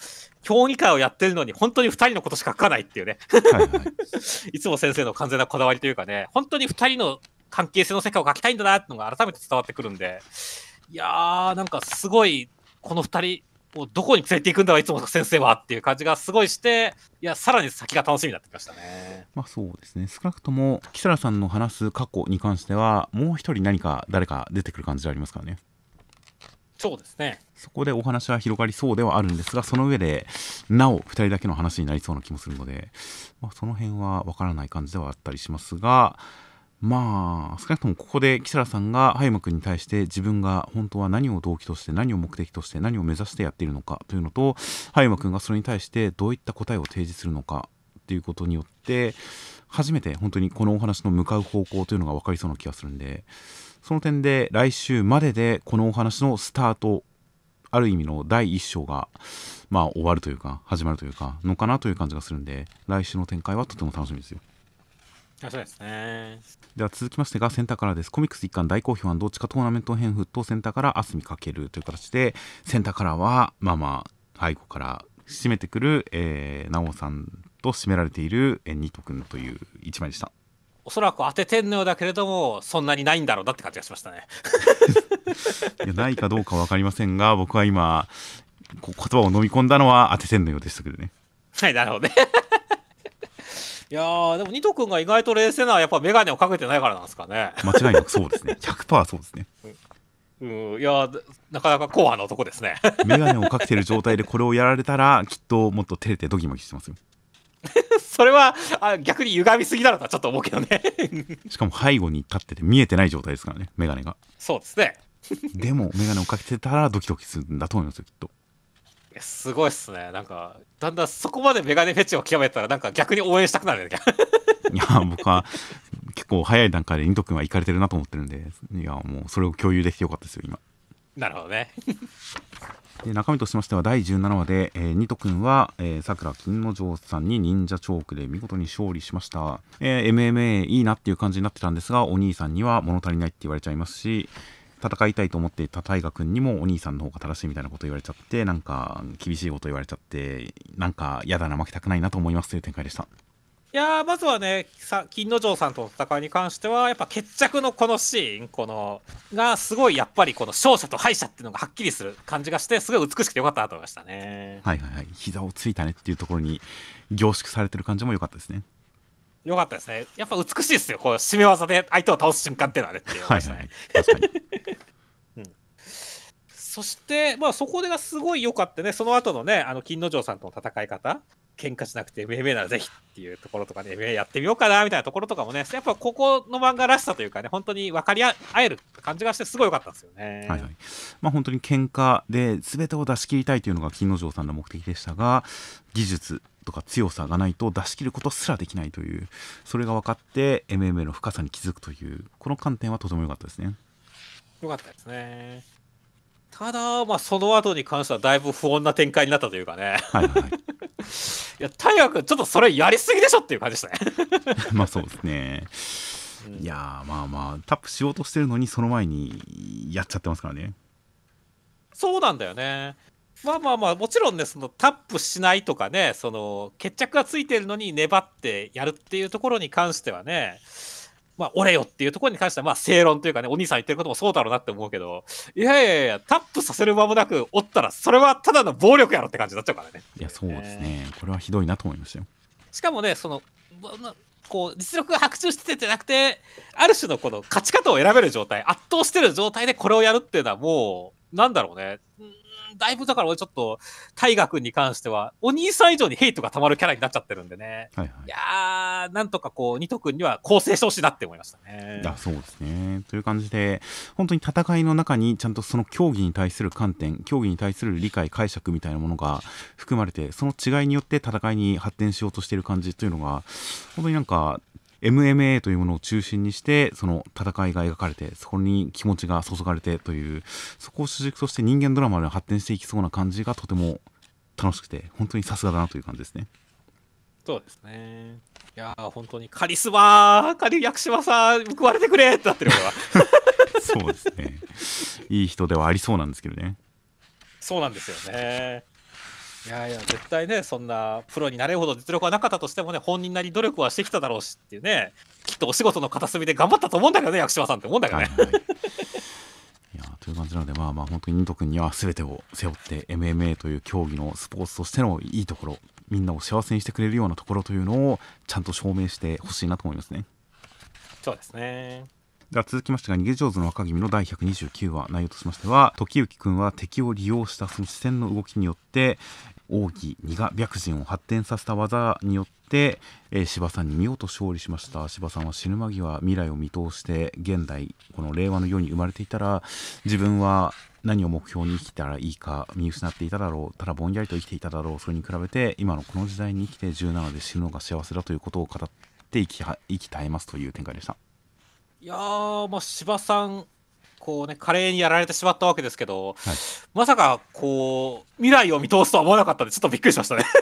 競技会をやってるのに本当に2人のことしか書かないっていうねはいはい。 いつも先生の完全なこだわりというかね、本当に2人の関係性の世界を書きたいんだなってのが改めて伝わってくるんで、いやー、なんかすごい、この2人をどこに連れていくんだろう、いつも先生はっていう感じがすごいして、いや、さらに先が楽しみになってきましたね。 まあそうですね。少なくとも、キサラさんの話す過去に関しては、もう一人何か誰か出てくる感じでありますからね。 そうですね。 そこでお話は広がりそうではあるんですが、その上でなお2人だけの話になりそうな気もするので、まあ、その辺は分からない感じではあったりしますが、まあ少なくともここでキサラさんが葉山君に対して自分が本当は何を動機として何を目的として何を目指してやっているのかというのと、葉山君がそれに対してどういった答えを提示するのかっていうことによって初めて本当にこのお話の向かう方向というのが分かりそうな気がするんで、その点で来週まででこのお話のスタート、ある意味の第一章がまあ終わるというか始まるというかのかなという感じがするんで、来週の展開はとても楽しみですよ。 そうですね。 では続きましてがセンターカラーです。コミックス一巻大好評&地下トーナメント編沸騰センターから明日見かけるという形で、センターカラーはまあまあ背後から締めてくる、ナオさんと締められているニト君という一枚でした。 おそらく当ててんのようだけれども、そんなにないんだろうなって感じがしましたね。 いやないかどうか分かりませんが、僕は今言葉を飲み込んだのは当ててんのようでしたけどね。 はい、なるほどね。いやー、でもニト君が意外と冷静なのはやっぱ眼鏡をかけてないからなんですかね。 間違いなくそうですね。100% そうですね。 いやー、なかなか硬派な男ですね。 眼鏡をかけてる状態でこれをやられたらきっともっと照れてドギマギしてますよ。 それは逆に歪みすぎだろうとはちょっと思うけどね。 しかも背後に立ってて見えてない状態ですからね、眼鏡が。 そうですね。 でも眼鏡をかけてたらドキドキするんだと思いますよ、きっと。 いやすごいっすね。なんかだんだんそこまでメガネフェチを極めたらなんか逆に応援したくなるね。 いや僕は結構早い段階でニト君は行かれてるなと思ってるんで、いやもうそれを共有できてよかったですよ今。 なるほどね。 で中身としましては第17話で、ニト君はさくら金之丞さんに忍者チョークで見事に勝利しました。MMA いいなっていう感じになってたんですが、お兄さんには物足りないって言われちゃいますし、戦いたいと思っていた大河君にもお兄さんの方が正しいみたいなこと言われちゃって、なんか厳しいこと言われちゃって、なんか嫌だな、負けたくないなと思いますという展開でした。 いやー、まずはね、金之丞さんとの戦いに関してはやっぱ決着のこのシーン、このがすごいやっぱりこの勝者と敗者っていうのがはっきりする感じがして、すごい美しくてよかったなと思いましたね。 はいはいはい、膝をついたねっていうところに凝縮されてる感じも良かったですね。 よかったですね。やっぱ美しいですよ、こう締め技で相手を倒す瞬間っていうのはねっていうはいはい、確かに。 そしてまあそこでがすごい良かったね。その後のね、金之丞さんとの戦い方、喧嘩しなくて MMA ならぜひっていうところとかね、MMA やってみようかなみたいなところとかもね、やっぱここの漫画らしさというかね、本当に分かり合える感じがしてすごい良かったんですよね。 はいはい、まあ本当に喧嘩で全てを出し切りたいというのが金之丞さんの目的でしたが、技術とか強さがないと出し切ることすらできないという、それが分かって MMA の深さに気づくという、この観点はとても良かったですね。 良かったですね。ただまあその後に関してはだいぶ不穏な展開になったというかね。 はいはい、 いや大河君ちょっとそれやりすぎでしょっていう感じでしたね。 まあそうですね。いやまあまあタップしようとしてるのにその前にやっちゃってますからね。 そうなんだよね。まあまあまあもちろんね、そのタップしないとかね、その決着がついてるのに粘ってやるっていうところに関してはね、まあ俺よっていうところに関してはまあ正論というかね、お兄さん言ってることもそうだろうなって思うけど、いやいやいや、タップさせる間もなくおったらそれはただの暴力やろって感じになっちゃうからね。 いやそうですね、これはひどいなと思いましたよ。 しかもね、そのこう実力が白昼しててじゃなくて、ある種のこの勝ち方を選べる状態、圧倒してる状態でこれをやるっていうのはもうなんだろうね。だいぶだから俺ちょっと大河君に関してはお兄さん以上にヘイトがたまるキャラになっちゃってるんでね、 はいはい、 いやーなんとかこうニト君には構成してほしいなって思いましたね。 いやそうですね、という感じで本当に戦いの中にちゃんとその競技に対する観点、競技に対する理解解釈みたいなものが含まれて、その違いによって戦いに発展しようとしている感じというのが本当になんかMMA というものを中心にしてその戦いが描かれて、そこに気持ちが注がれてという、そこを主軸として人間ドラマで発展していきそうな感じがとても楽しくて、本当にさすがだなという感じですね。 そうですね。いやー本当にカリスマ薬島さん報われてくれってなってる俺は。 そうですね、いい人ではありそうなんですけどね。 そうなんですよね。 いやいや、絶対ね、そんなプロになれるほど実力はなかったとしてもね、本人なり努力はしてきただろうしっていうね、きっとお仕事の片隅で頑張ったと思うんだけどね、薬師丸さんって思うんだけどね。 はいはい、いやという感じなので、まあまあ本当にニト君には全てを背負って MMA という競技のスポーツとしてのいいところ、みんなを幸せにしてくれるようなところというのをちゃんと証明してほしいなと思いますね。 そうですね。 では続きましてが、逃げ上手の若君の第129話、内容としましては、時行くんは敵を利用したその視線の動きによって奥義二我白人を発展させた技によって、柴さんに見事勝利しました。柴さんは死ぬ間際未来を見通して現代この令和の世に生まれていたら、自分は何を目標に生きたらいいか見失っていただろう、ただぼんやりと生きていただろう。それに比べて今のこの時代に生きて17で死ぬのが幸せだということを語って生き絶えますという展開でした。 いやー、まあ、柴さん、こうね、華麗にやられてしまったわけですけど、 はい、 まさか、こう、未来を見通すとは思わなかったんで、ちょっとびっくりしましたね。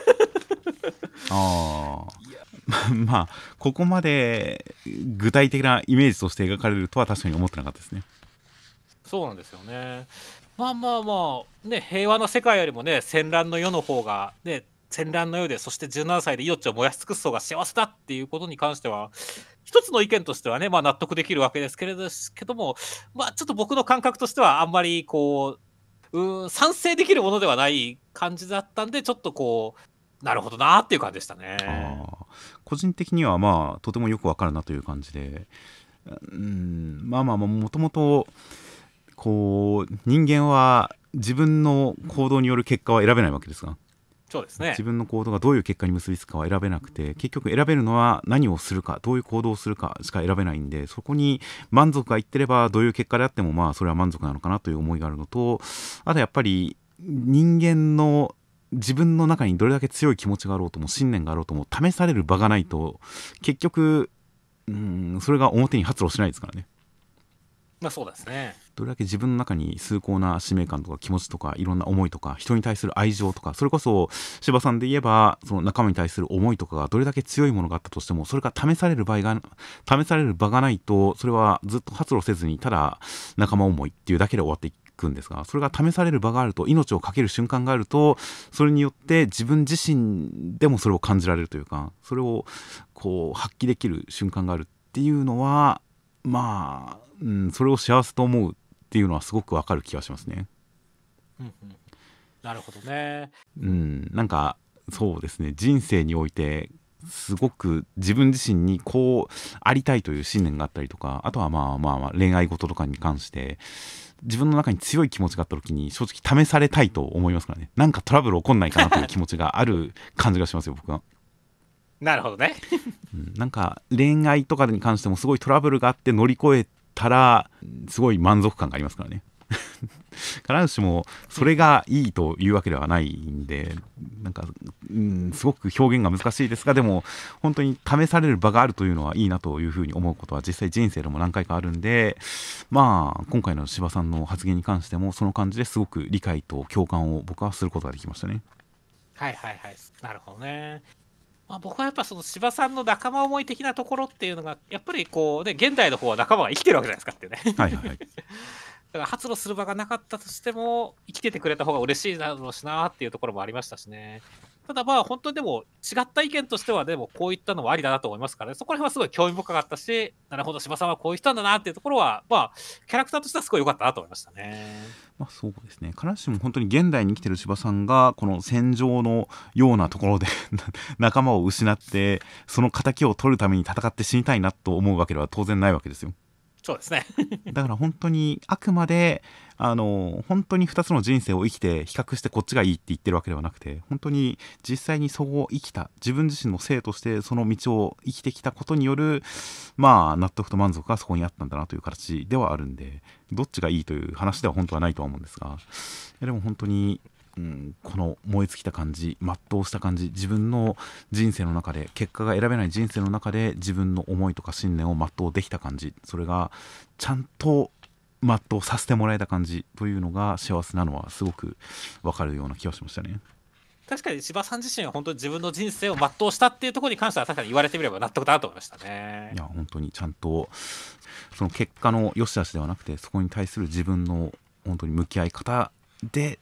あまあここまで具体的なイメージとして描かれるとは確かに思ってなかったですね。 そうなんですよね。まあまあまあ、ね、平和な世界よりもね、戦乱の世の方が、ね、戦乱の世で、そして17歳で命を燃やし尽くす方が幸せだっていうことに関しては、一つの意見としてはね、まあ納得できるわけですけども、まあちょっと僕の感覚としてはあんまりこう、賛成できるものではない感じだったんで、ちょっとこう、なるほどなっていう感じでしたね。 個人的にはまあとてもよくわかるなという感じで、まあまあもともとこう人間は自分の行動による結果は選べないわけですが、 そうですね。 自分の行動がどういう結果に結びつくかは選べなくて、結局選べるのは何をするか、どういう行動をするかしか選べないんで、そこに満足がいってればどういう結果であってもまあそれは満足なのかなという思いがあるのと、あとやっぱり人間の自分の中にどれだけ強い気持ちがあろうとも信念があろうとも試される場がないと結局それが表に発露しないですからね。 まあそうですね。 どれだけ自分の中に崇高な使命感とか気持ちとかいろんな思いとか人に対する愛情とか、それこそ柴さんで言えばその仲間に対する思いとかがどれだけ強いものがあったとしても、それが試される場がないとそれはずっと発露せずにただ仲間思いっていうだけで終わっていくんですが、それが試される場があると、命を懸ける瞬間があると、それによって自分自身でもそれを感じられるというか、それをこう発揮できる瞬間があるっていうのはまあ、それを幸せと思うっていうのはすごくわかる気がしますね。 なるほどね。 なんかそうですね、人生においてすごく自分自身にこうありたいという信念があったりとか、あとはまあ恋愛事とかに関して自分の中に強い気持ちがあった時に正直試されたいと思いますからね。なんかトラブル起こんないかなという気持ちがある感じがしますよ僕は。 なるほどね。 なんか恋愛とかに関してもすごいトラブルがあって乗り越えたらすごい満足感がありますからね。必ずしもそれがいいというわけではないんで、なんか、すごく表現が難しいですが、でも本当に試される場があるというのはいいなというふうに思うことは実際人生でも何回かあるんで、まあ今回の柴さんの発言に関してもその感じですごく理解と共感を僕はすることができましたね。 はいはいはい。なるほどね。まあ、僕はやっぱその柴さんの仲間思い的なところっていうのがやっぱりこうね、現代の方は仲間が生きてるわけじゃないですかっていうね。 はいはいはい。 だから発露する場がなかったとしても生きててくれた方が嬉しいだろうしなっていうところもありましたしね。ただまあ本当にでも違った意見としてはでもこういったのもありだなと思いますからね、そこら辺はすごい興味深かったし、なるほど柴さんはこういう人なんだなっていうところはまあキャラクターとしてはすごい良かったなと思いましたね。 まあそうですね、必ずしも本当に現代に生きてる柴さんがこの戦場のようなところで仲間を失ってその仇を取るために戦って死にたいなと思うわけでは当然ないわけですよ。 そうですね。 だから本当にあくまで本当に2つの人生を生きて比較してこっちがいいって言ってるわけではなくて、本当に実際にそこを生きた自分自身の生としてその道を生きてきたことによるまあ納得と満足がそこにあったんだなという形ではあるんで、どっちがいいという話では本当はないとは思うんですが、でも本当にこの燃え尽きた感じ、全うした感じ、自分の人生の中で結果が選べない人生の中で自分の思いとか信念を全うできた感じ、それがちゃんと全うさせてもらえた感じというのが幸せなのはすごく分かるような気がしましたね。 確かに柴さん自身は本当に自分の人生を全うしたっていうところに関しては確かに言われてみれば納得だなと思いましたね。 いや本当にちゃんとその結果の良し悪しではなくて、そこに対する自分の本当に向き合い方で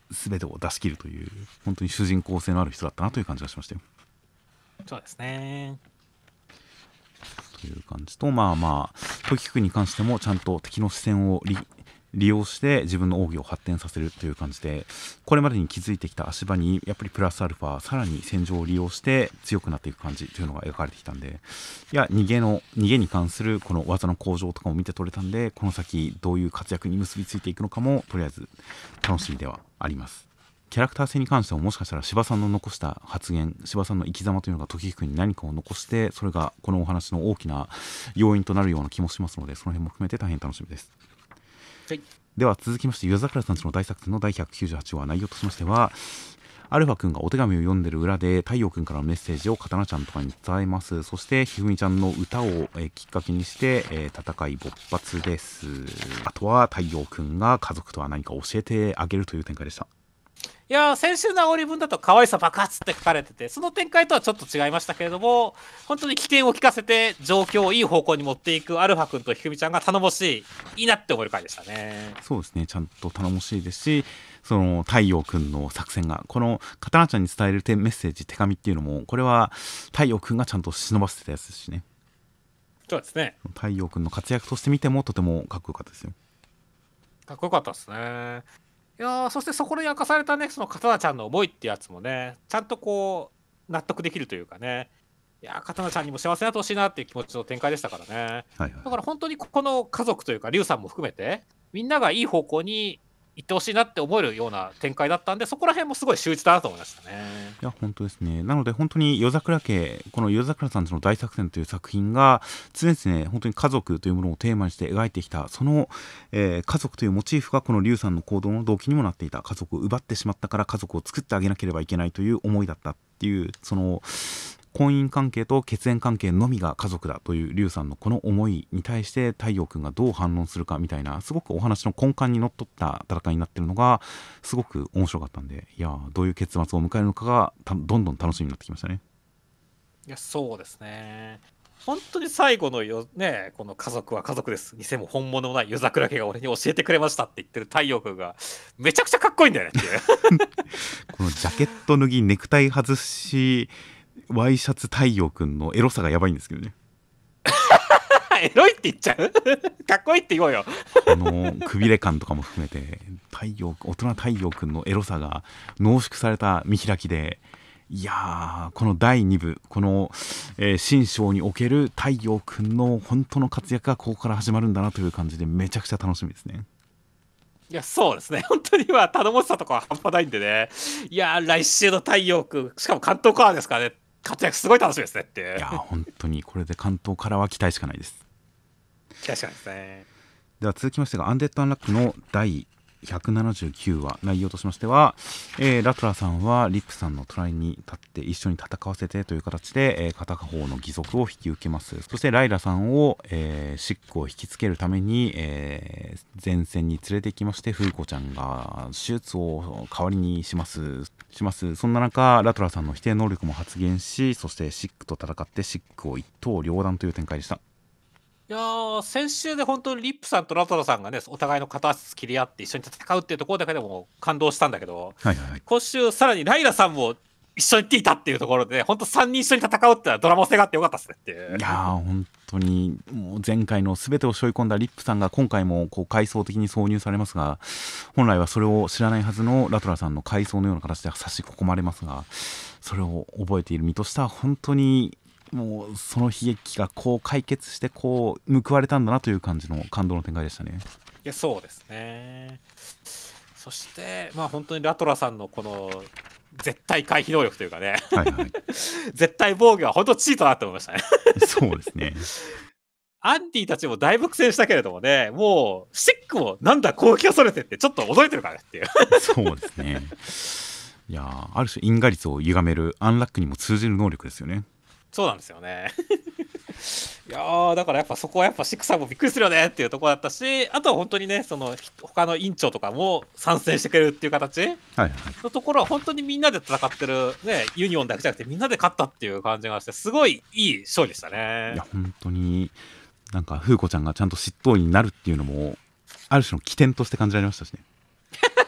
全てを出し切るという本当に主人公性のある人だったなという感じがしましたよ。 そうですね。 という感じと、まあまあ時くんに関してもちゃんと敵の視線を利用して自分の奥義を発展させるという感じで、これまでに築いてきた足場にやっぱりプラスアルファさらに戦場を利用して強くなっていく感じというのが描かれてきたんで、いや逃げに関するこの技の向上とかも見て取れたんで、この先どういう活躍に結びついていくのかもとりあえず楽しみではあります。キャラクター性に関してももしかしたら柴さんの残した発言、柴さんの生き様というのが時くんに何かを残して、それがこのお話の大きな要因となるような気もしますので、その辺も含めて大変楽しみです。 はい、 では続きまして、夜桜さんちの大作戦の第198話、内容としましては、アルファ君がお手紙を読んでる裏で太陽君からのメッセージを刀ちゃんとかに伝えます。そしてひふみちゃんの歌をきっかけにして、戦い勃発です。あとは太陽君が家族とは何か教えてあげるという展開でした。 いやー、先週の煽り文だと可愛さ爆発って書かれてて、その展開とはちょっと違いましたけれども、本当に起点を聞かせて状況をいい方向に持っていくアルファ君とひふみちゃんが頼もしい、いいなって思える回でしたね。 そうですね、ちゃんと頼もしいですし、その太陽君の作戦が、この刀ちゃんに伝えるメッセージ、手紙っていうのも、これは太陽君がちゃんと忍ばせてたやつですしね。 そうですね。 太陽君の活躍として見てもとてもかっこよかったですよ。 かっこよかったですね。いやー、そしてそこに明かされたね、その刀ちゃんの思いってやつもね、ちゃんとこう納得できるというかね、いやー、刀ちゃんにも幸せになってほしいなっていう気持ちの展開でしたからね。 はいはい、 だから本当にここの家族というか、リュウさんも含めて、みんながいい方向に行ってほしいなって思えるような展開だったんで、そこら辺もすごい秀逸だなと思いましたね。 いや本当ですね。なので本当に夜桜家、この夜桜さんちの大作戦という作品が常々本当に家族というものをテーマにして描いてきた、その、家族というモチーフがこのリュウさんの行動の動機にもなっていた。家族を奪ってしまったから家族を作ってあげなければいけないという思いだったっていう、その婚姻関係と血縁関係のみが家族だというリュウさんのこの思いに対して太陽君がどう反論するかみたいな、すごくお話の根幹にのっとった戦いになってるのがすごく面白かったんで、いやどういう結末を迎えるのかがどんどん楽しみになってきましたね。 いや、そうですね。本当に最後のね、この家族は家族です、偽も本物のない夜桜家が俺に教えてくれましたって言ってる太陽君がめちゃくちゃかっこいいんだよねっていうこのジャケット脱ぎネクタイ外しワイシャツ太陽くんのエロさがやばいんですけどね。 エロいって言っちゃうかっこいいって言おうよ。 このくびれ感とかも含めて大人太陽くんのエロさが濃縮された見開きで、いやーこの第2部この、新章における太陽くんの本当の活躍がここから始まるんだなという感じでめちゃくちゃ楽しみですね。 いや、そうですね。本当に頼もしさとかは半端ないんでね。いや、来週の太陽君、しかも関東カラーですからね、活躍すごい楽しみですねっていう。 いや本当にこれで関東からは期待しかないです。 期待しかないですね。 では続きましてがアンデッド・アンラックの第179話、内容としましては、ラトラさんはリップさんのトライに立って一緒に戦わせてという形で、片方の義足を引き受けます。そしてライラさんを、シックを引きつけるために、前線に連れて行きまして、フーコちゃんが手術を代わりにします。そんな中ラトラさんの否定能力も発現し、そしてシックと戦ってシックを一刀両断という展開でした。 いやー、先週で本当にリップさんとラトラさんがね、お互いの片足切り合って一緒に戦うっていうところだけでも感動したんだけど、 はいはいはい、 今週さらにライラさんも一緒に行っていたっていうところで、本当3人一緒に戦うってのはドラマ性があってよかったですねっていう。 いやー本当にもう前回の全てを背負い込んだリップさんが今回もこう階層的に挿入されますが、本来はそれを知らないはずのラトラさんの階層のような形で差し込まれますが、それを覚えている身としては本当にもうその悲劇がこう解決してこう報われたんだなという感じの感動の展開でしたね。 いや、そうですね。そして本当にラトラさんのこの絶対回避能力というかね、 はいはい、 絶対防御は本当チートだって思いましたね。 そうですね。 アンディたちもだいぶ苦戦したけれどもね、もうシックもなんだ攻撃がそれてってちょっと驚いてるからねっていう。 そうですね。いやある種因果率を歪めるアンラックにも通じる能力ですよね。 そうなんですよね。いやー、だからやっぱそこはやっぱシックさんもびっくりするよねっていうところだったし、あとは本当にね、その他の委員長とかも参戦してくれるっていう形のところは本当にみんなで戦ってる、ね、ユニオンだけじゃなくてみんなで勝ったっていう感じがしてすごいいい勝利でしたね。 いや本当になんかフーコちゃんがちゃんと執刀医になるっていうのもある種の起点として感じられましたしね。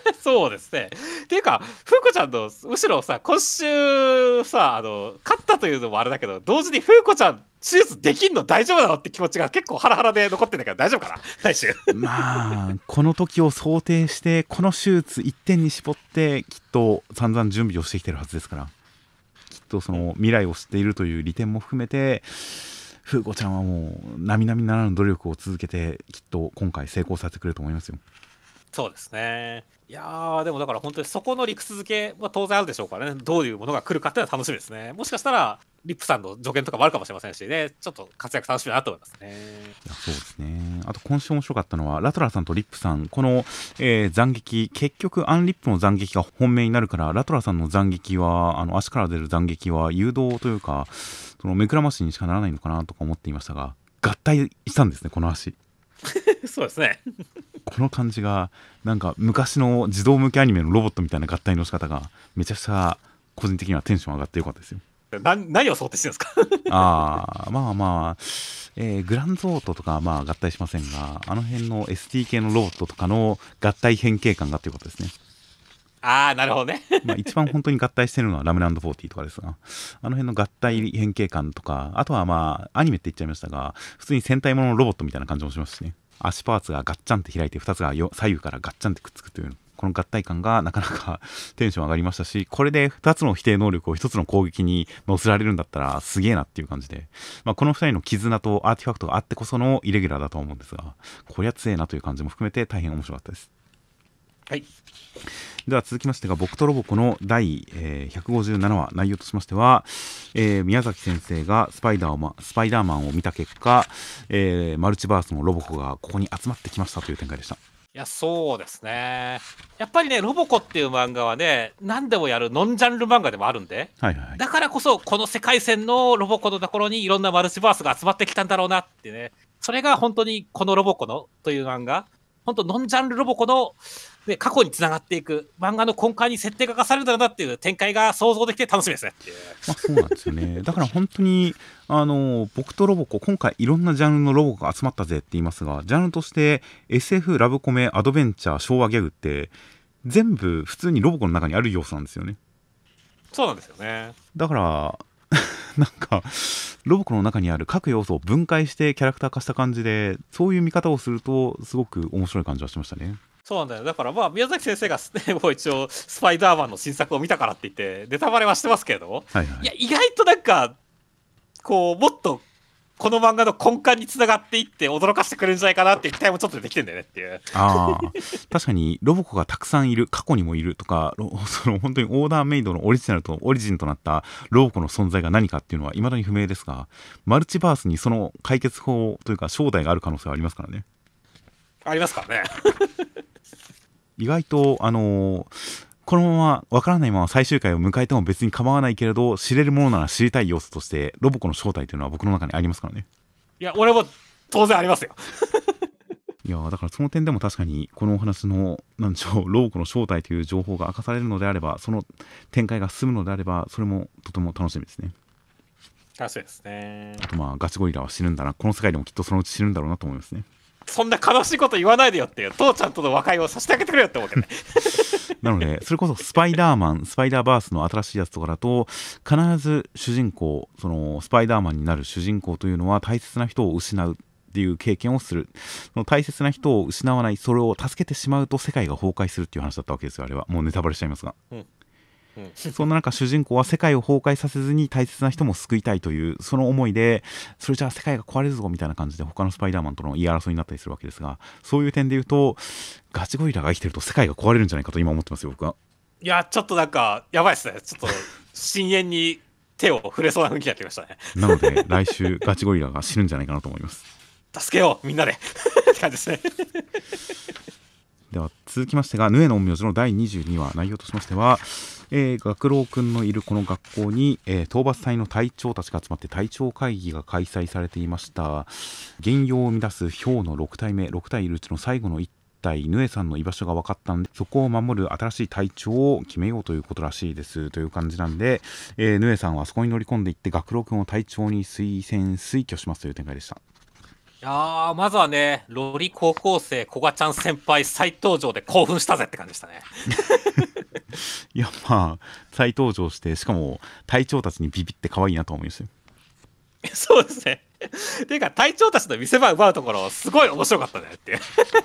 そうですね。っていうか、風子ちゃんの、むしろさ、今週さ、勝ったというのもあれだけど、同時に風子ちゃん、手術できんの大丈夫なのって気持ちが結構ハラハラで残ってんだけど、大丈夫かな来週。 まあこの時を想定してこの手術1点に絞ってきっと散々準備をしてきてるはずですから、きっとその未来を知っているという利点も含めて風子ちゃんはもう並々ならぬ努力を続けてきっと今回成功させてくれると思いますよ。 そうですね。いやー、でもだから本当にそこの理屈付けは当然あるでしょうからね、どういうものが来るかっていうのは楽しみですね。もしかしたら、リップさんの助言とかもあるかもしれませんしね、ちょっと活躍楽しみだなと思いますね。 いやそうですね。あと今週面白かったのはラトラーさんとリップさんこの、斬撃結局アンリップの斬撃が本命になるからラトラーさんの斬撃は足から出る斬撃は誘導というかその目くらましにしかならないのかなとか思っていましたが合体したんですねこの足。 そうですね。 この感じがなんか昔の児童向けアニメのロボットみたいな合体の仕方がめちゃくちゃ個人的にはテンション上がってよかったですよ。 何を想定してるんですか？ まあまあ、グランゾートとかはまあ合体しませんがあの辺の ST 系のロボットとかの合体変形感がっていうことですね。 なるほどね。 まあ一番本当に合体してるのはラムランド40とかですがあの辺の合体変形感とかあとはまあアニメって言っちゃいましたが普通に戦隊もののロボットみたいな感じもしますしね。足パーツがガッチャンって開いて2つが左右からガッチャンってくっつくというこの合体感がなかなかテンション上がりましたしこれで2つの否定能力を1つの攻撃に乗せられるんだったらすげえなっていう感じで、この2人の絆とアーティファクトがあってこそのイレギュラーだと思うんですがこりゃ強えなという感じも含めて大変面白かったです。 はい。 では続きましてが僕とロボコの第、157話内容としましては、宮崎先生がスパイダーマンを見た結果、マルチバースのロボコがここに集まってきましたという展開でした。 いや、そうですね。やっぱりね、ロボコっていう漫画はね、何でもやるノンジャンル漫画でもあるんで、 はいはい、 だからこそ、この世界線のロボコのところにいろんなマルチバースが集まってきたんだろうなってね、それが本当にこのロボコのという漫画、本当ノンジャンルロボコの、ね、過去につながっていく漫画の根幹に設定が課されるんだろうなっていう展開が想像できて楽しみですねっていう。 そうなんですよね。だから本当に僕とロボコ今回いろんなジャンルのロボコが集まったぜって言いますがジャンルとして SF ラブコメアドベンチャー昭和ギャグって全部普通にロボコの中にある要素なんですよね。 そうなんですよね。 だからなんかロボコの中にある各要素を分解してキャラクター化した感じでそういう見方をするとすごく面白い感じはしましたね。 そうなんだよ。だからまあ宮崎先生が、ね、もう一応スパイダーマンの新作を見たからって言ってネタバレはしてますけれども、 はいはい、 いや意外となんかこうもっとこの漫画の根幹につながっていって驚かせてくれるんじゃないかなっていう期待もちょっと出てきてんだよねっていう。 確かにロボコがたくさんいる過去にもいるとかその本当にオーダーメイドのオリジナルとオリジンとなったロボコの存在が何かっていうのは未だに不明ですがマルチバースにその解決法というか正体がある可能性はありますからね。 ありますからね。 意外とこのままわからないまま最終回を迎えても別に構わないけれど知れるものなら知りたい要素としてロボコの正体というのは僕の中にありますからね。 いや俺も当然ありますよ。 いやだからその点でも確かにこのお話のなんでしょうロボコの正体という情報が明かされるのであればその展開が進むのであればそれもとても楽しみですね。 確かにですね。 あとガチゴリラは死ぬんだなこの世界でもきっとそのうち死ぬんだろうなと思いますね。 そんな悲しいこと言わないでよっていう父ちゃんとの和解をさせてあげてくれよって思うけどね。 なのでそれこそスパイダーマンスパイダーバースの新しいやつとかだと必ず主人公そのスパイダーマンになる主人公というのは大切な人を失うっていう経験をする。その大切な人を失わないそれを助けてしまうと世界が崩壊するっていう話だったわけですよ。あれはもうネタバレしちゃいますが、そんな中主人公は世界を崩壊させずに大切な人も救いたいというその思いでそれじゃあ世界が壊れるぞみたいな感じで他のスパイダーマンとの言い争いになったりするわけですがそういう点で言うとガチゴリラが生きてると世界が壊れるんじゃないかと今思ってますよ僕は。 いやちょっとなんかやばいですね。ちょっと深淵に手を触れそうな雰囲気になってきましたね。 なので来週ガチゴリラが死ぬんじゃないかなと思います。 助けようみんなでって感じですね。 では続きましてがヌエの陰陽師の第22話内容としましては、学郎くんのいるこの学校に、討伐隊の隊長たちが集まって隊長会議が開催されていました。原陽を生み出す豹の6体目6体いるうちの最後の1体ヌエさんの居場所が分かったのでそこを守る新しい隊長を決めようということらしいですという感じなんで、ヌエさんはそこに乗り込んでいって学郎くんを隊長に推薦推挙しますという展開でした。 いやー、まずはね、ロリ高校生、こがちゃん先輩再登場で興奮したぜって感じでしたね。 いやまあ再登場して、しかも隊長たちにビビって可愛いなと思いましたよ。 そうですね。ていうか、隊長たちの見せ場奪うところ、すごい面白かったねっていう。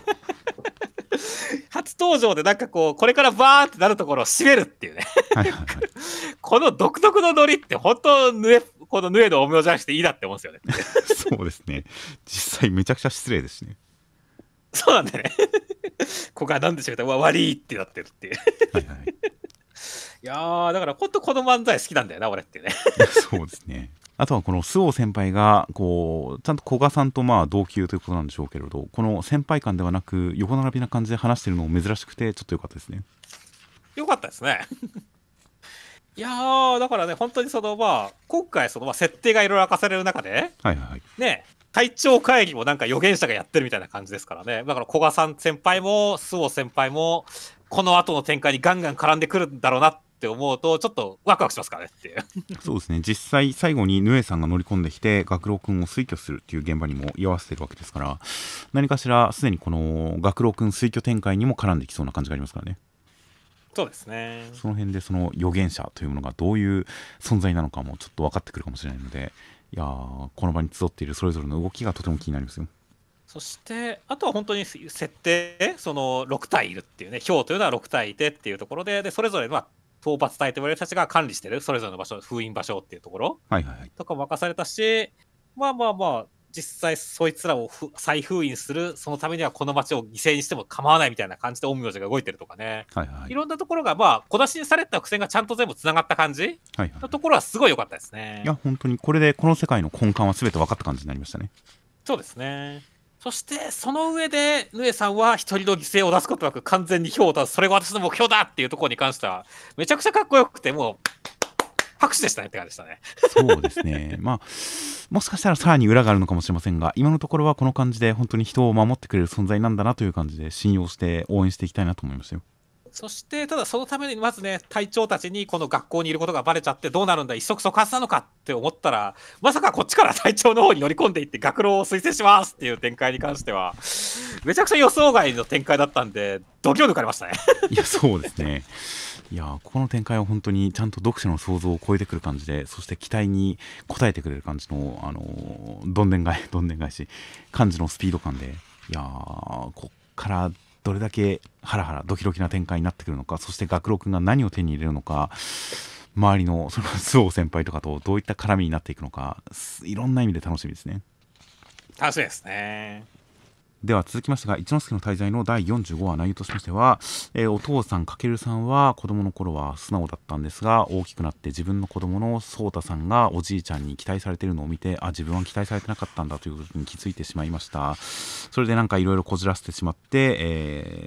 初登場でなんかこう、これからバーってなるところを締めるっていうね。 はいはいはい。 この独特のノリって本当このヌエの音名じゃなくていいなって思うんですよね。 そうですね。実際めちゃくちゃ失礼ですしね。 そうなんだよね。ここがなんでしょうか、悪いってなってるっていう。 はいはい。 いやー、だから本当この漫才好きなんだよな、俺ってね。 そうですね。あとはこの周防先輩がこうちゃんと古賀さんとまあ同級ということなんでしょうけれど、この先輩間ではなく横並びな感じで話してるのも珍しくてちょっと良かったですね。 よかったですね。いやー、だからね、本当にそのまあ、今回そのまあ設定がいろいろ明かされる中で、 はいはいはい。 ね、隊長会議もなんか預言者がやってるみたいな感じですからね。だから古賀さん先輩も周防先輩も、この後の展開にガンガン絡んでくるんだろうなって思うと、ちょっとワクワクしますからねっていう。 そうですね。実際最後にヌエさんが乗り込んできて学郎くんを推挙するっていう現場にも居合わせてるわけですから、何かしらすでにこの学郎くん推挙展開にも絡んできそうな感じがありますからね。 そうですね。 その辺でその預言者というものがどういう存在なのかもちょっと分かってくるかもしれないので、いやー、この場に集っているそれぞれの動きがとても気になりますよ。 そしてあとは本当に設定、その6体いるっていうね、ヒョウというのは6体いてっていうところで、それぞれまあ討伐隊と言われる人たちが管理してるそれぞれの場所、封印場所っていうところはいはいはい。 とかも明かされたし、まあまあまあ実際そいつらを再封印する、そのためにはこの町を犠牲にしても構わないみたいな感じで陰陽師が動いてるとかね、 はいはいはい。 いろんなところがまあ小出しにされた伏線がちゃんと全部つながった感じはいはいのところはすごい良かったですね。 いや本当にこれでこの世界の根幹は全て分かった感じになりましたね。 そうですね。そしてその上でヌエさんは一人の犠牲を出すことなく完全に票を出す、それが私の目標だっていうところに関してはめちゃくちゃかっこよくて、もう拍手でしたねって感じでしたね。 そうですね。まあもしかしたらさらに裏があるのかもしれませんが、今のところはこの感じで本当に人を守ってくれる存在なんだなという感じで信用して応援していきたいなと思いましたよ。 そしてただそのためにまずね、隊長たちにこの学校にいることがバレちゃってどうなるんだ、一触即発なのかって思ったら、まさかこっちから隊長の方に乗り込んでいって学郎を推薦しますっていう展開に関してはめちゃくちゃ予想外の展開だったんで、度胸抜かれましたね。 いやそうですね。いやここの展開は本当にちゃんと読者の想像を超えてくる感じで、そして期待に応えてくれる感じのどんでん返し感じのスピード感で、いやこっからどれだけハラハラドキドキな展開になってくるのか、そして学郎くんが何を手に入れるのか、周りのその周防先輩とかとどういった絡みになっていくのか、いろんな意味で楽しみですね。 楽しみですね。 では続きましてが、一之輔の滞在の第45話内容としましては、お父さん翔さんは子供の頃は素直だったんですが、大きくなって自分の子供の颯太さんがおじいちゃんに期待されているのを見て、あ、自分は期待されてなかったんだということに気づいてしまいました。それでなんかいろいろこじらせてしまって、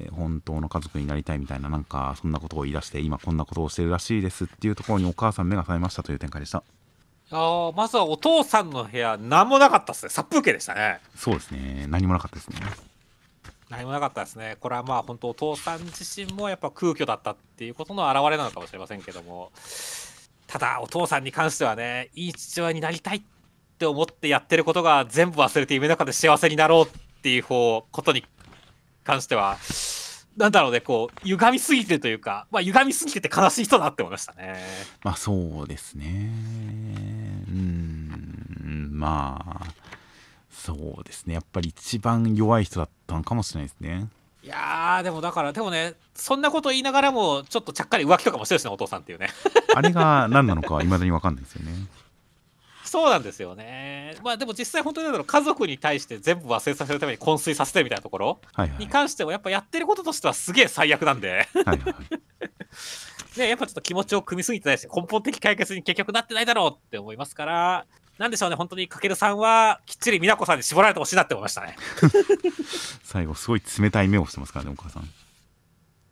本当の家族になりたいみたいな、なんかそんなことを言い出して、今こんなことをしてるらしいですっていうところにお母さん目が覚めましたという展開でした。 まずはお父さんの部屋何もなかったですね。殺風景でしたね。 そうですね、何もなかったですね。 何もなかったですね。これはまあ本当お父さん自身もやっぱ空虚だったっていうことの表れなのかもしれませんけども、ただお父さんに関してはね、いい父親になりたいって思ってやってることが全部忘れて夢の中で幸せになろうっていうことに関しては、なんだろうね、こう歪みすぎてるというか、まあ歪みすぎてて悲しい人だって思いましたね。 まあそうですね。まあそうですね。やっぱり一番弱い人だったのかもしれないですね。 いやー、でもね、そんなこと言いながらもちょっとちゃっかり浮気とかもしてるしね、お父さんっていうね。 あれが何なのかは未だに分かんないですよね。 そうなんですよね。まあでも実際本当に家族に対して全部忘れさせるために昏睡させてるみたいなところはいはいに関してもやっぱやってることとしてはすげえ最悪なんではいはいはいね、やっぱちょっと気持ちを組みすぎてないし、根本的解決に結局なってないだろうって思いますから、なんでしょうね、本当に翔さんはきっちり美奈子さんに絞られてほしいなって思いましたね。 最後すごい冷たい目をしてますからね、お母さん。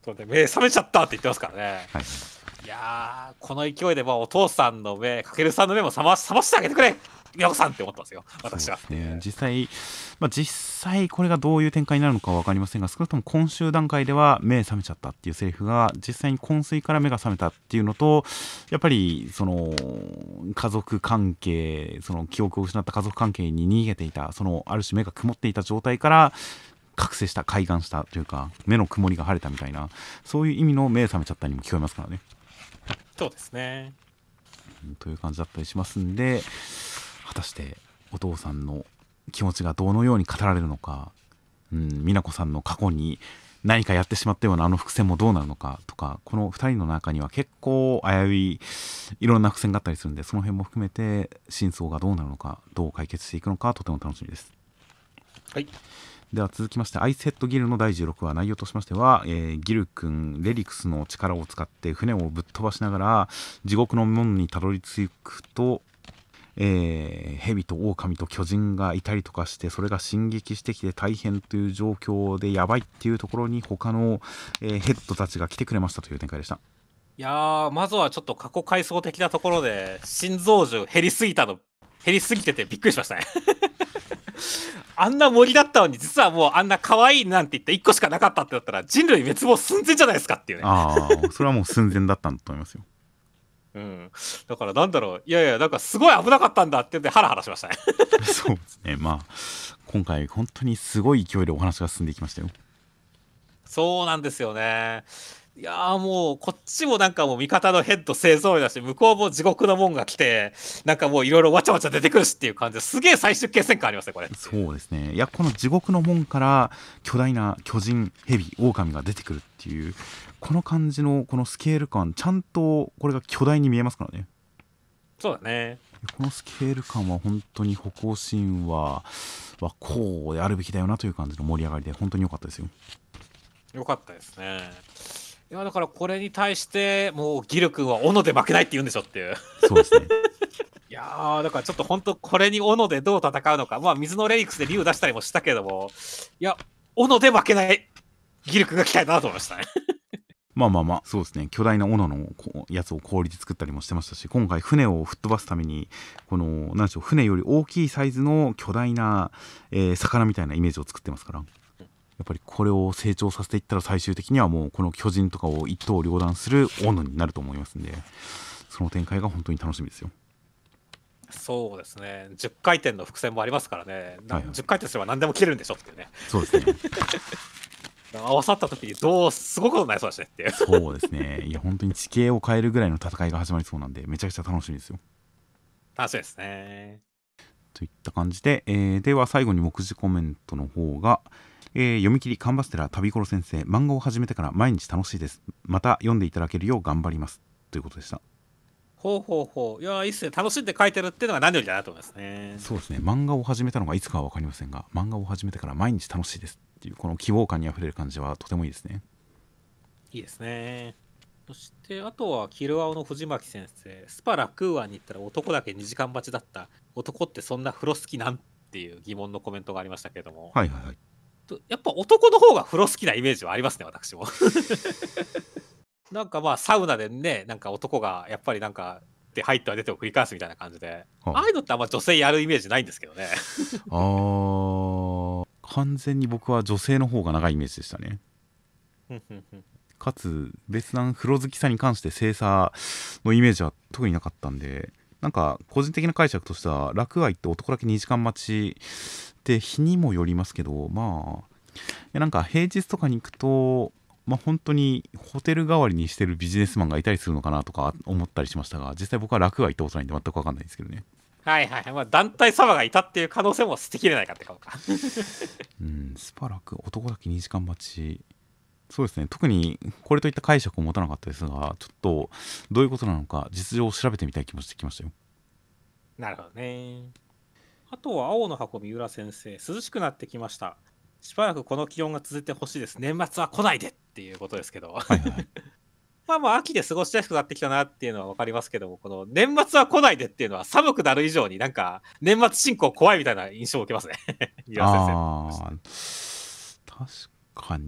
これで目覚めちゃったって言ってますからね。 はい、 いやー、この勢いでお父さんの目、かけるさんの目も覚ましてあげてくれ、美和子さんって思ってますよ、私は。 そうですね、実際これがどういう展開になるのかは分かりませんが、少なくとも今週段階では目覚めちゃったっていうセリフが実際に昏睡から目が覚めたっていうのと、やっぱりその家族関係、その記憶を失った家族関係に逃げていた、そのある種目が曇っていた状態から覚醒した、開眼したというか、目の曇りが晴れたみたいな、そういう意味の目覚めちゃったにも聞こえますからね。 そうですね。 という感じだったりしますんで、果たしてお父さんの気持ちがどのように語られるのか、美奈子さんの過去に何かやってしまったようなあの伏線もどうなるのかとか、この2人の中には結構危ういいろんな伏線があったりするんで、その辺も含めて真相がどうなるのか、どう解決していくのか、とても楽しみです。 はい。 では続きまして、アイセットギルの第16話、内容としましては、ギル君レリクスの力を使って船をぶっ飛ばしながら地獄の門にたどり着くと、蛇と狼と巨人がいたりとかして、それが進撃してきて大変という状況でやばいっていうところに他の、ヘッドたちが来てくれましたという展開でした。 いやー、まずはちょっと過去回想的なところで心臓銃減りすぎててびっくりしましたね。あんな森だったのに、実はもうあんな可愛いなんて言って1個しかなかったってなったら、人類滅亡寸前じゃないですかっていうね。 それはもう寸前だったんだと思いますよ。 だからなんだろう、いやいや、なんかすごい危なかったんだって言ってハラハラしましたね。 そうですね、今回本当にすごい勢いでお話が進んでいきましたよ。 そうなんですよね。いやー、もうこっちもなんかもう味方のヘッド勢ぞろいだし、向こうも地獄の門が来て、なんかもういろいろわちゃわちゃ出てくるしっていう感じですげえ最終決戦感ありますね、これ。 そうですね、いや、この地獄の門から巨大な巨人、蛇、狼が出てくるっていうこの感じのこのスケール感、ちゃんとこれが巨大に見えますからね。 そうだね。 このスケール感は本当に歩行シーンはこうであるべきだよなという感じの盛り上がりで本当に良かったですよ。 よかったですね。いや、だからこれに対してもうギル君は斧で負けないって言うんでしょっていう。 そうですね。 いやー、だからちょっと本当これに斧でどう戦うのか、水のレリクスで竜出したりもしたけども、いや、斧で負けないギル君が来たいなと思いましたね。 そうですね、巨大な斧のやつを氷で作ったりもしてましたし、今回船を吹っ飛ばすためにこの何でしょう、船より大きいサイズの巨大な、魚みたいなイメージを作ってますから、やっぱりこれを成長させていったら最終的にはもうこの巨人とかを一刀両断する斧になると思いますんで、その展開が本当に楽しみですよ。 そうですね、10回転の伏線もありますからね、 はいはい、 10回転すれば何でも切れるんでしょっていうね。 そうですね。 合わさった時にすごいことになりそうだしねっていう。 そうですね、いや本当に地形を変えるぐらいの戦いが始まりそうなんで、めちゃくちゃ楽しみですよ。 楽しみですね。 といった感じで、では最後に目次コメントの方が、読み切りカンバステラ旅コロ先生、漫画を始めてから毎日楽しいです、また読んでいただけるよう頑張りますということでした。 ほう、いやいいっすね、楽しんで書いてるっていうのが何よりだなと思いますね。 そうですね、漫画を始めたのがいつかは分かりませんが、漫画を始めてから毎日楽しいですっていうこの希望感にあふれる感じはとてもいいですね。 いいですね。そしてあとはキルアオの藤巻先生、スパラクーアンに行ったら男だけ2時間待ちだった、男ってそんな風呂好きなんっていう疑問のコメントがありましたけれども、 はいはいはい、 やっぱ男の方が風呂好きなイメージはありますね、私も。なんかサウナでね、なんか男がやっぱりなんかで入っては出てを繰り返すみたいな感じで、ああいうのってあんま女性やるイメージないんですけどね。 完全に僕は女性の方が長いイメージでしたね。かつ別段風呂好きさに関して性差のイメージは特になかったんで、なんか個人的な解釈としては楽愛って男だけ2時間待ちで日にもよりますけど、なんか平日とかに行くと本当にホテル代わりにしてるビジネスマンがいたりするのかなとか思ったりしましたが、実際僕は楽愛行ったことないんで全く分かんないですけどね。 はいはい、団体様がいたっていう可能性も捨てきれないかってことか。 スパラク男だけ2時間待ち、そうですね、特にこれといった解釈を持たなかったですが、ちょっとどういうことなのか実情を調べてみたい気もしてきましたよ。 なるほどね。あとは青の箱三浦先生、涼しくなってきました、しばらくこの気温が続いてほしいです、年末は来ないでっていうことですけど、はいはい、秋で過ごしやすくなってきたなっていうのは分かりますけども、この年末は来ないでっていうのは寒くなる以上になんか年末進行怖いみたいな印象を受けますね。三浦先生。 確かに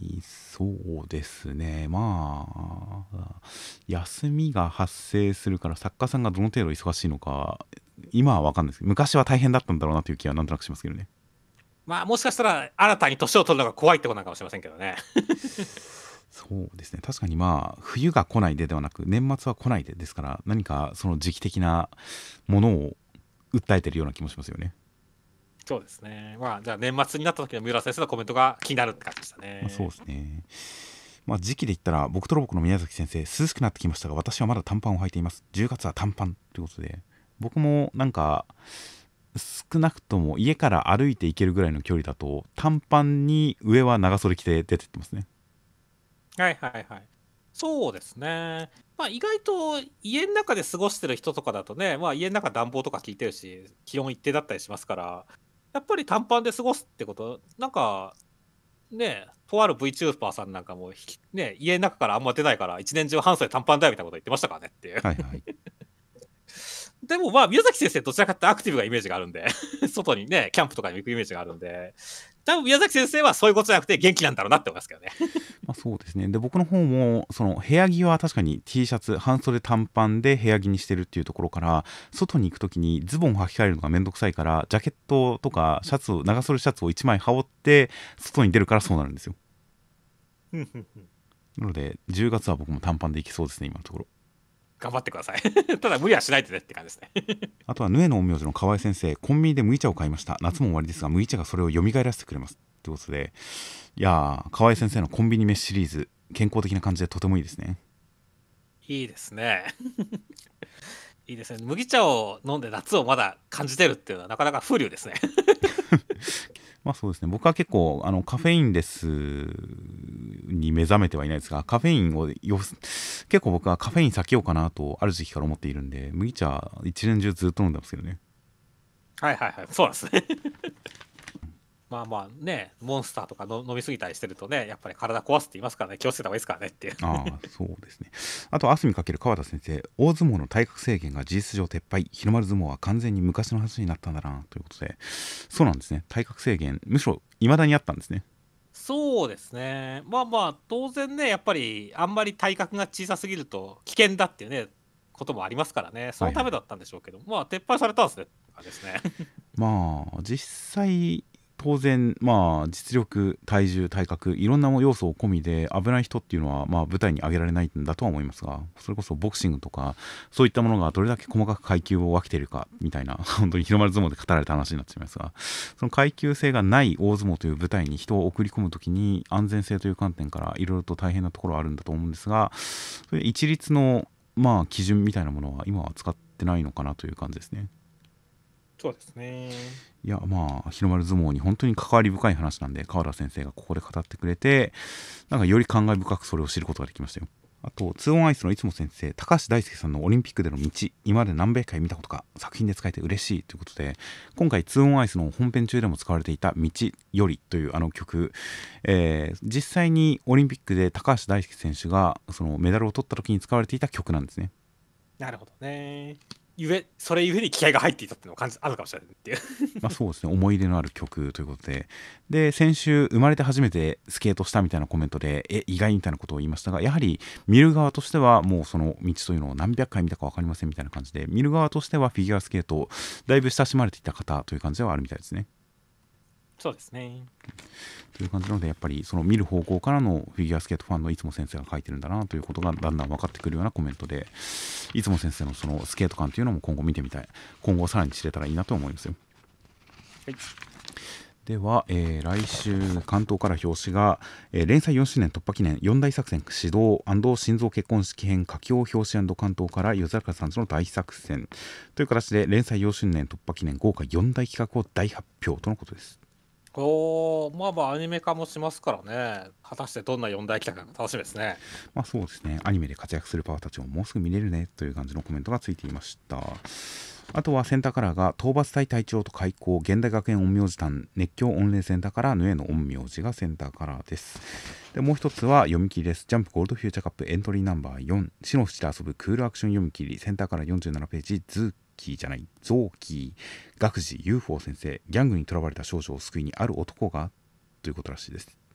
そうですね。まあ休みが発生するから作家さんがどの程度忙しいのか今は分かんないですけど、昔は大変だったんだろうなという気はなんとなくしますけどね。 まあもしかしたら新たに年を取るのが怖いってことなのかもしれませんけどね。 そうですね。確かにまあ冬が来ないでではなく年末は来ないでですから、何かその時期的なものを訴えてるような気もしますよね。 そうですね。まあじゃあ年末になった時の三浦先生のコメントが気になるって感じでしたね。 そうですね。時期で言ったら僕とロボコの宮崎先生、涼しくなってきましたが私はまだ短パンを履いています。10月は短パンということで、僕もなんか少なくとも家から歩いて行けるぐらいの距離だと短パンに上は長袖着て出てってますね。 はいはいはい。そうですね。まあ意外と家の中で過ごしてる人とかだとね、まあ家の中暖房とか効いてるし、気温一定だったりしますから、やっぱり短パンで過ごすってこと、なんかね、とある VTuber さんなんかもね、家の中からあんま出ないから、一年中半袖短パンだよみたいなこと言ってましたからねっていう。 はいはい。 でもまあ宮崎先生どちらかってアクティブなイメージがあるんで外にねキャンプとかに行くイメージがあるんで、多分宮崎先生はそういうことじゃなくて元気なんだろうなって思いますけどね。 そうですね。で僕の方もその部屋着は確かに T シャツ半袖短パンで部屋着にしてるっていうところから、外に行く時にズボンを履き替えるのがめんどくさいからジャケットとかシャツを長袖シャツを1枚羽織って外に出るからそうなるんですよ。なので10月は僕も短パンで行きそうですね今のところ。 頑張ってくださいただ無理はしないでねって感じですねあとはヌエの陰陽師の河合先生、コンビニで麦茶を買いました。夏も終わりですが麦茶がそれを蘇らせてくれますということで、いやー河合先生のコンビニ飯シリーズ健康的な感じでとてもいいですね。 いいですねいいですね。麦茶を飲んで夏をまだ感じてるっていうのはなかなか風流ですねそうですね。僕は結構カフェインレスに目覚めてはいないですが、カフェインを結構僕はカフェイン避けようかなとある時期から思っているんで、麦茶一年中ずっと飲んでますけどね。 はいはいはい、そうなんですねまあまあね、モンスターとか飲みすぎたりしてるとね、やっぱり体壊すって言いますからね、気をつけた方がいいですからねっていうそうですね。あと、あすみかける川田先生、大相撲の体格制限が事実上撤廃、日の丸相撲は完全に昔の話になったんだなということで、そうなんですね。体格制限、むしろ未だにあったんですね。 そうですね。まあまあ、当然ね、やっぱりあんまり体格が小さすぎると危険だっていうね、こともありますからね、そのためだったんでしょうけど、まあ、撤廃されたんですね。ですね実際、当然、実力、体重、体格、いろんな要素を込みで危ない人っていうのは、舞台に上げられないんだとは思いますが、それこそボクシングとか、そういったものがどれだけ細かく階級を分けているかみたいな、本当に日の丸相撲で語られた話になってしまいますが、その階級性がない大相撲という舞台に人を送り込むときに、安全性という観点からいろいろと大変なところはあるんだと思うんですが、それ一律の、基準みたいなものは今は使ってないのかなという感じですね。 そうですね。 いや日の丸相撲に本当に関わり深い話なんで、川田先生がここで語ってくれて、なんかより感慨深くそれを知ることができましたよ。あと2オンアイスのいつも先生、高橋大輔さんのオリンピックでの道、今まで何百回見たことか、作品で使えて嬉しいということで、今回2オンアイスの本編中でも使われていた道よりという曲、実際にオリンピックで高橋大輔選手がそのメダルを取った時に使われていた曲なんですね。 なるほどね。それゆえに気合が入っていたっていうのがあるかもしれないっていうそうですね、思い入れのある曲ということで、先週生まれて初めてスケートしたみたいなコメントで意外みたいなことを言いましたが、やはり見る側としてはもうその道というのを何百回見たか分かりませんみたいな感じで、見る側としてはフィギュアスケートをだいぶ親しまれていた方という感じではあるみたいですね。 そうですね。 という感じなので、やっぱりその見る方向からのフィギュアスケートファンのいつも先生が書いてるんだなということがだんだん分かってくるようなコメントで、いつも先生のそのスケート感というのも今後見てみたい、今後さらに知れたらいいなと思いますよ。 はい、 では、来週関東から表紙が、連載4周年突破記念4大作戦始動&心臓結婚式編佳境表紙&関東から夜桜さんとの大作戦という形で、連載4周年突破記念豪華4大企画を大発表とのことです。 アニメ化もしますからね。果たしてどんな4大企画が楽しみですね。 そうですね、アニメで活躍するパワーたちをもうすぐ見れるねという感じのコメントがついていました。あとはセンターカラーが討伐隊隊長と開校現代学園陰陽師団熱狂御礼センターカラーヌエの陰陽師がセンターカラーです。でもう一つは読み切りです。ジャンプゴールドフューチャーカップエントリーナンバー4、死の淵で遊ぶクールアクション読み切りセンターカラー47ページ、ゾーキー学士 UFO 先生、ギャングに囚われた少女を救いにある男がということらしいです。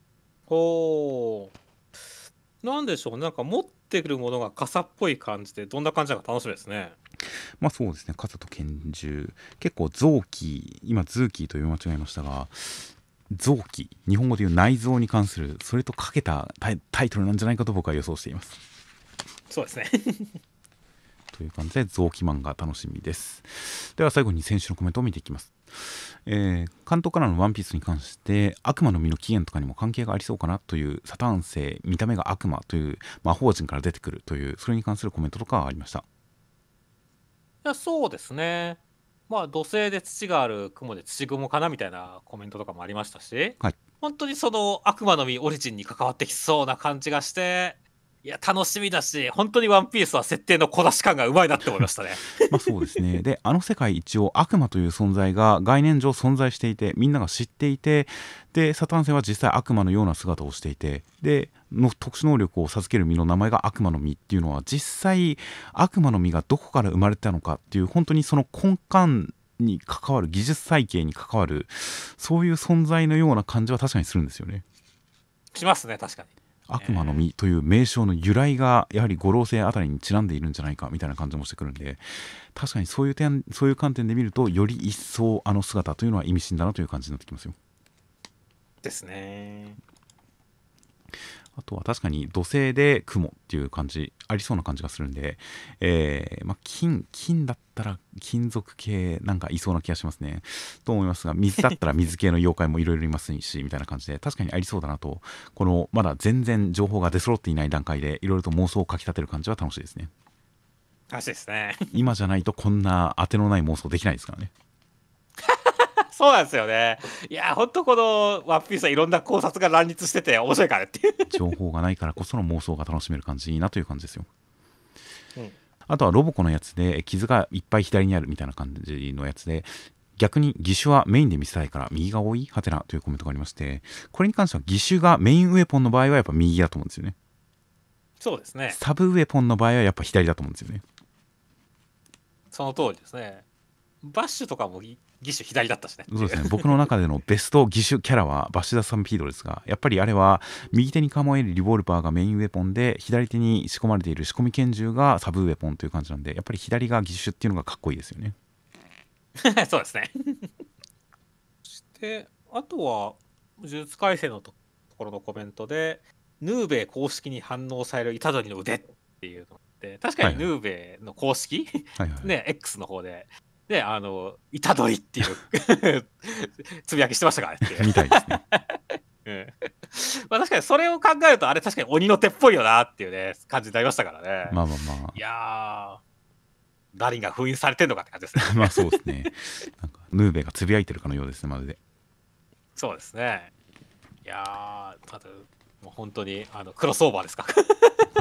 おー。なんでしょう、なんか持ってくるものが傘っぽい感じで、どんな感じなのか楽しみですね。 まあそうですね、傘と拳銃、結構臓器、今ズーキーと読み間違えましたが、臓器、日本語でいう内臓に関する、それとかけたタイトルなんじゃないかと僕は予想しています。 そうですね。 という感じで臓器漫画楽しみです。では最後に選手のコメントを見ていきます。監督からのワンピースに関して悪魔の実の起源とかにも関係がありそうかなという、サターン星、見た目が悪魔という魔法陣から出てくるという、それに関するコメントとかがありました。 いや、そうですね。まあ土星で土がある雲で土雲かなみたいなコメントとかもありましたし、 はい、 本当にその悪魔の実オリジンに関わってきそうな感じがして、いや楽しみだし、本当にワンピースは設定の小出し感がうまいなって思いましたね。 まあそうですね。で、あの世界一応悪魔という存在が概念上存在していて、みんなが知っていて、でサタン星は実際悪魔のような姿をしていて、での特殊能力を授ける実の名前が悪魔の実っていうのは、実際悪魔の実がどこから生まれたのかっていう、本当にその根幹に関わる、技術再建に関わる、そういう存在のような感じは確かにするんですよね。 しますね、確かに。 悪魔の実という名称の由来がやはり五老星あたりにちなんでいるんじゃないかみたいな感じもしてくるんで、確かにそういう観点で見ると、より一層あの姿というのは意味深だなという感じになってきますよ。 ですね。 あとは確かに土星で雲っていう感じありそうな感じがするんで、まあ、金だったら金属系なんかいそうな気がしますねと思いますが、水だったら水系の妖怪もいろいろいますしみたいな感じで、確かにありそうだなと、このまだ全然情報が出揃っていない段階でいろいろと妄想をかきたてる感じは楽しいですね。 楽しいですね。 今じゃないとこんな当てのない妄想できないですからね。 そうなんですよね。いや本当このワンピースはいろんな考察が乱立してて面白いからっていう。 情報がないからこその妄想が楽しめる感じいいなという感じですよ。 うんあとはロボコのやつで傷がいっぱい左にあるみたいな感じのやつで、逆に義手はメインで見せたいから右が多いはてなというコメントがありまして、これに関しては義手がメインウェポンの場合はやっぱ右だと思うんですよね。 そうですね。 サブウェポンの場合はやっぱ左だと思うんですよね。 その通りですね。バッシュとかも義手左だったしね。 そうですね。僕の中でのベスト義手キャラはバッシュダ・サンピードですが、やっぱりあれは右手に構えるリボルバーがメインウェポンで、左手に仕込まれている仕込み拳銃がサブウェポンという感じなんで、やっぱり左が義手っていうのがかっこいいですよね。 そうですね。そしてあとは呪術廻戦のところのコメントで、ヌーベイ公式に反応される虎杖の腕っていうのって確かにヌーベイの公式、 はいはい、 ね X の方で虎杖っていうつぶやきしてましたからね。 みたいですね。 まあ確かにそれを考えると、あれ確かに鬼の手っぽいよなっていうね感じになりましたからね。 まあまあまあ。 いやー、ダリンが封印されてんのかって感じですね。 まあそうですね。なんかヌーベがつぶやいてるかのようですね、まるで。 そうですね。いやー、ただもう本当にクロスオーバーですか。 はい。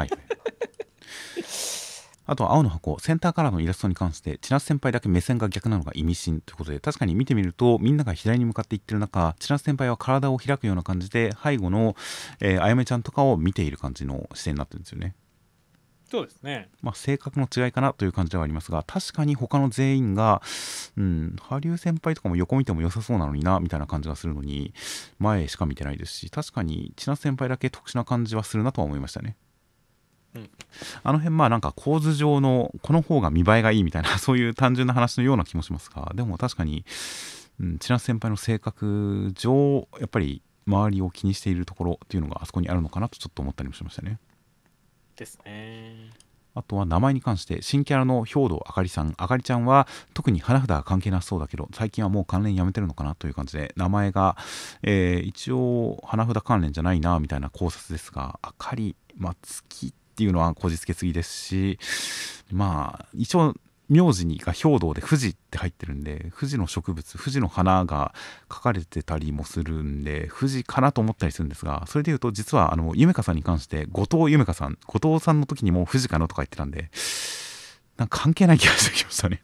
あとは青の箱、センターカラーのイラストに関して千夏先輩だけ目線が逆なのが意味深ということで、確かに見てみるとみんなが左に向かっていってる中、千夏先輩は体を開くような感じで背後の、あやめちゃんとかを見ている感じの視点になってるんですよね。 そうですね。 まあ性格の違いかなという感じではありますが、確かに他の全員が羽生先輩とかも横見ても良さそうなのになみたいな感じがするのに、前しか見てないですし、確かに千夏先輩だけ特殊な感じはするなとは思いましたね。あの辺まあなんか構図上のこの方が見栄えがいいみたいなそういう単純な話のような気もしますが、でも確かに、千夏先輩の性格上やっぱり周りを気にしているところっていうのがあそこにあるのかなとちょっと思ったりもしましたね。 ですね。 あとは名前に関して新キャラの兵藤あかりさん、あかりちゃんは特に花札は関係なさそうだけど最近はもう関連やめてるのかなという感じで、名前が、一応花札関連じゃないなみたいな考察ですが、あかり、まあ月っていうのはこじつけすぎですし、まあ一応名字にが兵藤で富士って入ってるんで、富士の植物、富士の花が書かれてたりもするんで富士かなと思ったりするんですが、それでいうと実はゆめかさんに関して後藤ゆめかさん、後藤さんの時にも富士かなとか言ってたんで、なんか関係ない気がしてきましたね。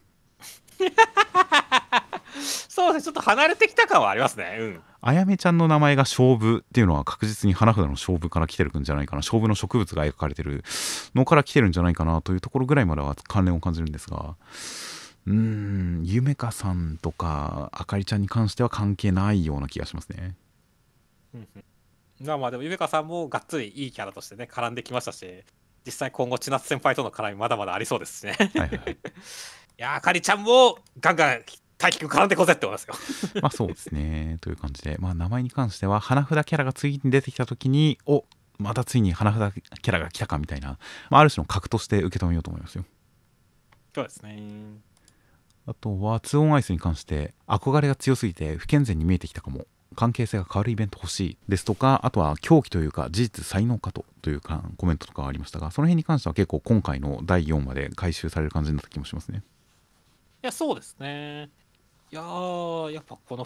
そうですね、ちょっと離れてきた感はありますね。 あやめちゃんの名前が勝負っていうのは確実に花札の勝負から来てるんじゃないかな、勝負の植物が描かれてるのから来てるんじゃないかなというところぐらいまでは関連を感じるんですが、ゆめかさんとかあかりちゃんに関しては関係ないような気がしますね。 まあでも、ゆめかさんもがっつりいいキャラとしてね、絡んできましたし、実際今後、千夏先輩との絡みまだまだありそうですしね。 はいはいはい。 いやー、かりちゃんもガンガン大輝くん絡んでこうぜって思いますよ。 まあそうですね。という感じで、まあ名前に関しては、花札キャラが次に出てきたときに、お、またついに花札キャラが来たかみたいな、まあ、ある種の格として受け止めようと思いますよ。 そうですね。 あとは、2オンアイスに関して、憧れが強すぎて不健全に見えてきたかも。関係性が変わるイベント欲しいですとか、あとは狂気というか事実才能かというかコメントとかありましたが、その辺に関しては結構今回の第4話で回収される感じになった気もしますね。 いや、そうですね。いやー、やっぱこの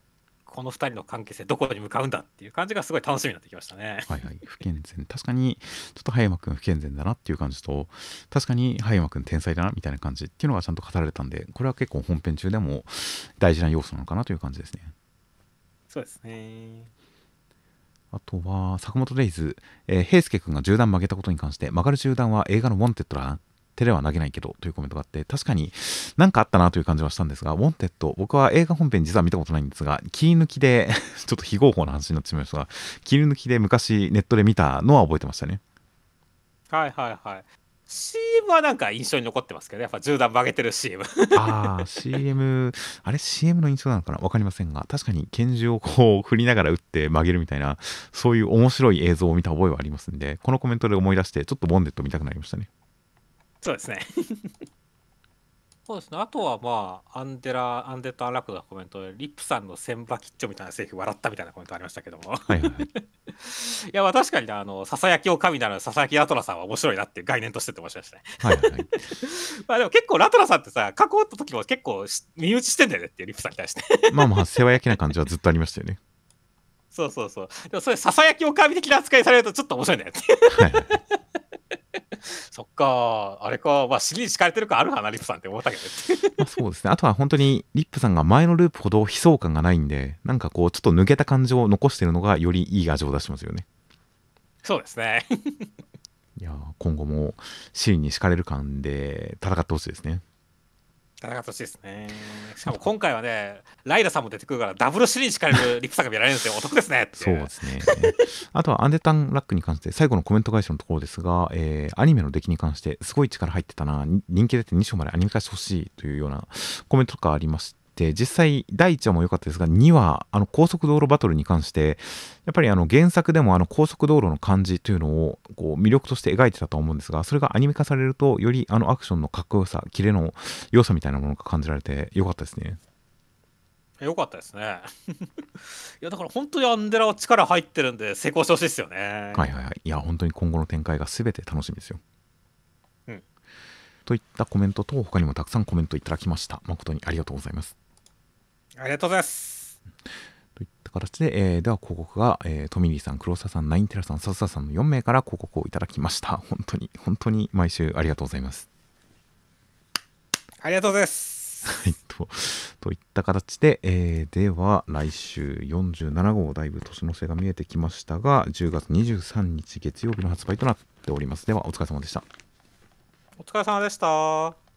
2人の関係性どこに向かうんだっていう感じがすごい楽しみになってきましたね。 はいはい、不健全、確かにちょっと葉山くん不健全だなっていう感じと、確かに葉山くん天才だなみたいな感じっていうのがちゃんと語られたんで、これは結構本編中でも大事な要素なのかなという感じですね。 そうですね。 あとは坂本レイズ、平介君が銃弾曲げたことに関して、曲がる銃弾は映画のウォンテッドだ、手では投げないけどというコメントがあって、確かに何かあったなという感じはしたんですが、ウォンテッド、僕は映画本編実は見たことないんですが、切り抜きでちょっと非合法な話になってしまいましたが、切り抜きで昔ネットで見たのは覚えてましたね。 はいはいはい。CM はなんか印象に残ってますけど、やっぱ銃弾曲げてる CM。 ああ、CM、あれ CM の印象なのかなわかりませんが、確かに拳銃をこう振りながら撃って曲げるみたいな、そういう面白い映像を見た覚えはありますんで、このコメントで思い出して、ちょっとボンデット見たくなりましたね。 そうですね。そうですね。あとはまあ、アンデッド・アンラックのコメントで、リップさんの千葉吉兆みたいなセリフ笑ったみたいなコメントありましたけども。 はいはいはい。 いや、まあ確かにね、ささやきお神なるささやきラトラさんは面白いなっていう概念としてって面白いですね。 はいはいはい。 まあでも結構ラトラさんってさ、関わった時も結構身内してんだよねっていうリップさんに対して。 まあまあ、世話焼きな感じはずっとありましたよね。 そうそうそう。でもそれささやきお神的な扱いされるとちょっと面白いんだよっていう。 はいはい。 そっか、あれか、まあ尻に敷かれてる感あるかな、リップさんって思ったけどね。 まあそうですね。あとは本当にリップさんが前のループほど悲壮感がないんで、なんかこうちょっと抜けた感じを残してるのがよりいい味を出しますよね。 そうですね。 いやー、今後も尻に敷かれる感で戦ってほしいですね。 戦ってほしいですね。しかも今回はね、ライダさんも出てくるからダブル尻に敷かれるリップさんが見られるんですよ。お得ですねって。 そうですね。あとはアンデタンラックに関して最後のコメント返しのところですが、アニメの出来に関してすごい力入ってたな、人気出て2章までアニメ化してほしいというようなコメントとかありまして、実際第1話も良かったですが、2話高速道路バトルに関してやっぱり原作でも高速道路の感じというのをこう魅力として描いてたと思うんですが、それがアニメ化されるとよりアクションのかっこよさ、キレの良さみたいなものが感じられて良かったですね。 よかったですね。いやだから本当にアンデラは力入ってるんで成功してほしいですよね。 はいはいはい。いや本当に今後の展開が全て楽しみですよ。 うん。 といったコメントと他にもたくさんコメントいただきました。誠にありがとうございます。 ありがとうございます。 といった形で、では広告が、トミリーさん、黒沢さん、ナインテラさん、サズサさんの4名から広告をいただきました。本当に本当に毎週ありがとうございます。 ありがとうございます。 はい、といった形で、では来週47号だいぶ年の瀬が見えてきましたが、10月23日月曜日の発売となっております。ではお疲れ様でした。 お疲れ様でした。